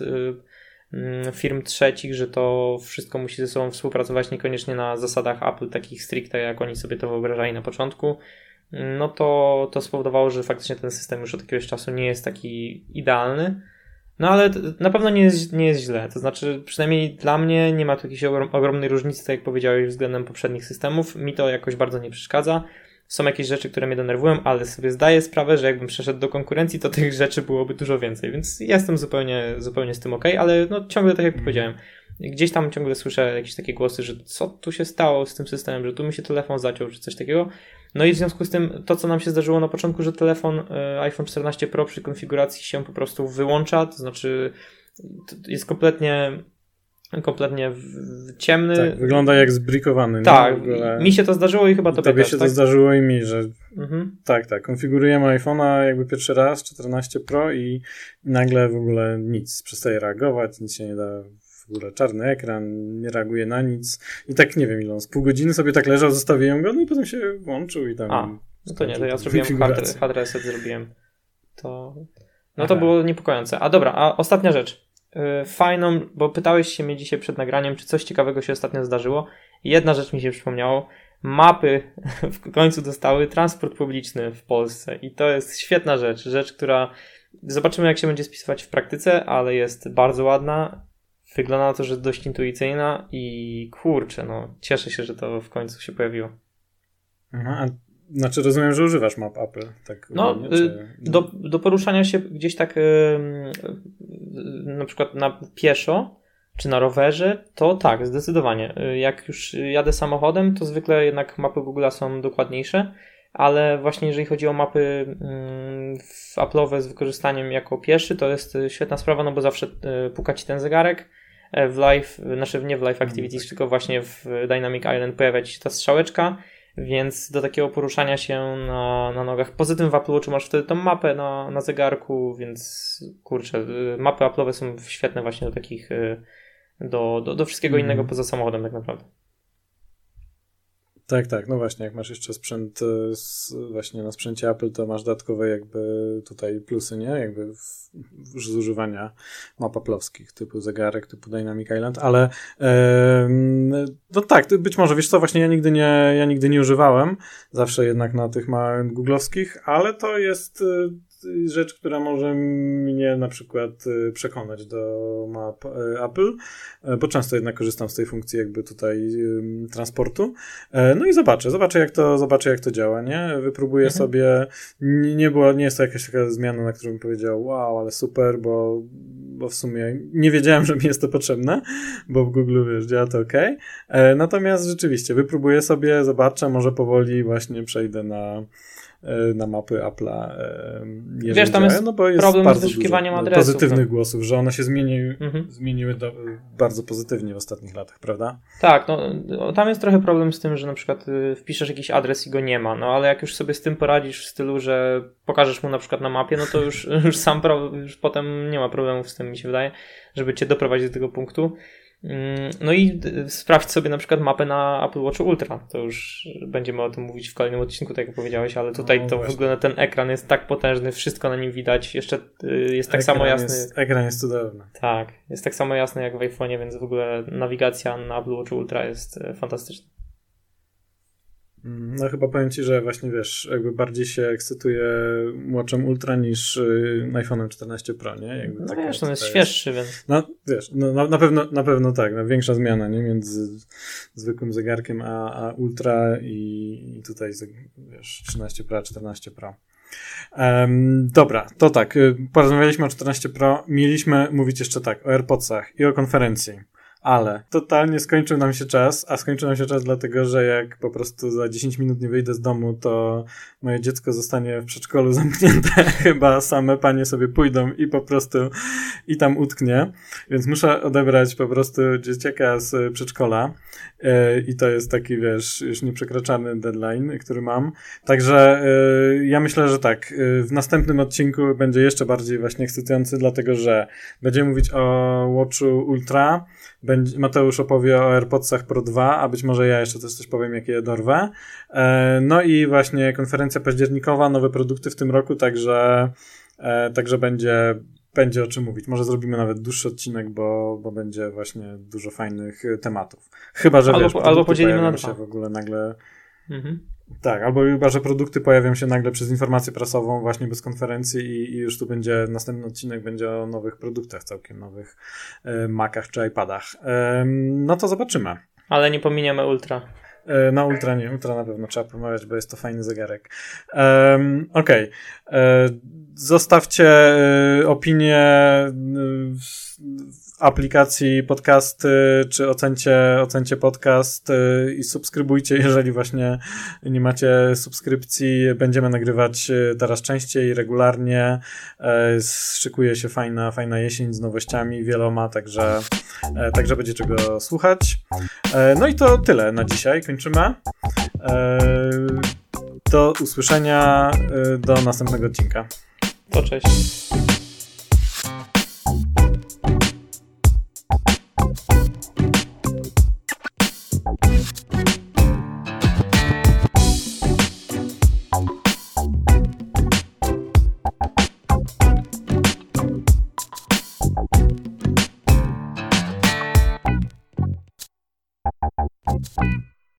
y, firm trzecich, że to wszystko musi ze sobą współpracować niekoniecznie na zasadach Apple, takich stricte, jak oni sobie to wyobrażali na początku, no to, to spowodowało, że faktycznie ten system już od jakiegoś czasu nie jest taki idealny. No ale na pewno nie jest, nie jest źle, to znaczy przynajmniej dla mnie nie ma tu jakiejś ogrom, ogromnej różnicy, tak jak powiedziałeś, względem poprzednich systemów. Mi to jakoś bardzo nie przeszkadza. Są jakieś rzeczy, które mnie denerwują, ale sobie zdaję sprawę, że jakbym przeszedł do konkurencji, to tych rzeczy byłoby dużo więcej, więc jestem zupełnie, zupełnie z tym okej, ale no ciągle tak jak powiedziałem, gdzieś tam ciągle słyszę jakieś takie głosy, że co tu się stało z tym systemem, że tu mi się telefon zaciął, czy coś takiego. No i w związku z tym to, co nam się zdarzyło na początku, że telefon y, iPhone czternaście Pro przy konfiguracji się po prostu wyłącza, to znaczy jest kompletnie kompletnie w, w ciemny. Tak, wygląda jak zbrikowany. Tak, mi się to zdarzyło i chyba tobie, tobie też, się tak? to zdarzyło i mi, że mhm. tak, tak, konfigurujemy iPhone'a jakby pierwszy raz, czternaście Pro i nagle w ogóle nic, przestaje reagować, nic się nie da, w ogóle czarny ekran, nie reaguje na nic i tak nie wiem ile on, z pół godziny sobie tak leżał, zostawiłem go, no i potem się włączył i tam... A, no to nie, to ja zrobiłem hard, hard reset, zrobiłem to... No to Aha. było niepokojące. A dobra, a ostatnia rzecz. Fajną, bo pytałeś się mnie dzisiaj przed nagraniem, czy coś ciekawego się ostatnio zdarzyło. Jedna rzecz mi się przypomniało. Mapy w końcu dostały transport publiczny w Polsce i to jest świetna rzecz. Rzecz, która zobaczymy jak się będzie spisywać w praktyce, ale jest bardzo ładna. Wygląda na to, że dość intuicyjna i kurczę, no cieszę się, że to w końcu się pojawiło. Aha, znaczy rozumiem, że używasz map Apple. Tak no, nie, czy... do, do poruszania się gdzieś tak yy, na przykład na pieszo czy na rowerze, to tak, zdecydowanie. Jak już jadę samochodem, to zwykle jednak mapy Google'a są dokładniejsze, ale właśnie jeżeli chodzi o mapy yy, Apple'owe z wykorzystaniem jako pieszy, to jest świetna sprawa, no bo zawsze yy, puka ci ten zegarek. W live, znaczy nie w Live Activities, tylko właśnie w Dynamic Island pojawia ci się ta strzałeczka. Więc do takiego poruszania się na, na nogach. Poza tym w Apple Watchu masz wtedy tą mapę na, na zegarku, więc kurczę, mapy Apple'owe są świetne właśnie do takich, do, do, do wszystkiego mm. innego poza samochodem tak naprawdę. Tak, tak, no właśnie, jak masz jeszcze sprzęt z, właśnie na sprzęcie Apple, to masz dodatkowe jakby tutaj plusy, nie? Jakby w, w, z używania map Apple'owskich, typu zegarek, typu Dynamic Island, ale e, no tak, być może, wiesz co, właśnie ja nigdy nie, ja nigdy nie używałem, zawsze jednak na tych małych googlowskich, ale to jest rzecz, która może mnie na przykład przekonać do map Apple, bo często jednak korzystam z tej funkcji jakby tutaj transportu. No i zobaczę, zobaczę jak to, zobaczę jak to działa, nie? Wypróbuję mhm. sobie, nie, nie było, nie jest to jakaś taka zmiana, na którą bym powiedział, wow, ale super, bo, bo w sumie nie wiedziałem, że mi jest to potrzebne, bo w Google, wiesz, działa to ok. Natomiast rzeczywiście, wypróbuję sobie, zobaczę, może powoli właśnie przejdę na na mapy Apple'a. Wiesz, tam jest no bo jest problem z wyszukiwaniem adresów. Pozytywnych no. głosów, że one się zmieni, mhm. zmieniły do, bardzo pozytywnie w ostatnich latach, prawda? Tak, no tam jest trochę problem z tym, że na przykład wpiszesz jakiś adres i go nie ma, no ale jak już sobie z tym poradzisz w stylu, że pokażesz mu na przykład na mapie, no to już, już sam już potem nie ma problemów z tym, mi się wydaje, żeby cię doprowadzić do tego punktu. No i sprawdź sobie na przykład mapę na Apple Watch Ultra. To już będziemy o tym mówić w kolejnym odcinku, tak jak powiedziałeś, ale tutaj no, to właśnie. W ogóle ten ekran jest tak potężny, wszystko na nim widać, jeszcze jest tak ekran samo jasny. Jest, ekran jest cudowny. Tak, jest tak samo jasny jak w iPhone'ie, więc w ogóle nawigacja na Apple Watch Ultra jest fantastyczna. No chyba powiem Ci, że właśnie wiesz, jakby bardziej się ekscytuję Watchem Ultra niż y, iPhone'em czternaście Pro, nie? Jakby no tak wiesz, on jest świeższy, jest. Więc... No wiesz, no, na, na, pewno, na pewno tak, no, większa zmiana, nie? Między zwykłym zegarkiem a, a Ultra i, i tutaj wiesz, trzynaście Pro a czternaście Pro. Um, dobra, to tak, porozmawialiśmy o czternaście Pro, mieliśmy mówić jeszcze tak o AirPodsach i o konferencji. Ale totalnie skończył nam się czas, a skończył nam się czas dlatego, że jak po prostu za dziesięć minut nie wyjdę z domu, to moje dziecko zostanie w przedszkolu zamknięte. Chyba same panie sobie pójdą i po prostu i tam utknie. Więc muszę odebrać po prostu dzieciaka z przedszkola yy, i to jest taki, wiesz, już nieprzekraczany deadline, który mam. Także yy, ja myślę, że tak, yy, w następnym odcinku będzie jeszcze bardziej właśnie ekscytujący, dlatego, że będziemy mówić o Watchu Ultra, Mateusz opowie o AirPodsach Pro dwa, a być może ja jeszcze też coś powiem, jakie je dorwę. No i właśnie konferencja październikowa, nowe produkty w tym roku, także, także będzie, będzie o czym mówić. Może zrobimy nawet dłuższy odcinek, bo, bo będzie właśnie dużo fajnych tematów. Chyba, że albo, wiesz, albo podzielimy na się dwa. w ogóle nagle... Mhm. Tak, albo chyba, że produkty pojawią się nagle przez informację prasową właśnie bez konferencji i, i już tu będzie, następny odcinek będzie o nowych produktach, całkiem nowych e, Macach czy iPadach. E, no to zobaczymy. Ale nie pominiemy Ultra. E, na Ultra nie, Ultra na pewno trzeba pomawiać, bo jest to fajny zegarek. E, Okej. Okay. Zostawcie e, opinię w, w aplikacji podcasty, czy ocencie, ocencie podcast y, i subskrybujcie, jeżeli właśnie nie macie subskrypcji. Będziemy nagrywać teraz częściej, regularnie. Y, szykuje się fajna, fajna jesień z nowościami wieloma, także, y, także będzie czego słuchać. Y, no i to tyle na dzisiaj. Kończymy. Y, do usłyszenia, y, do następnego odcinka. To cześć.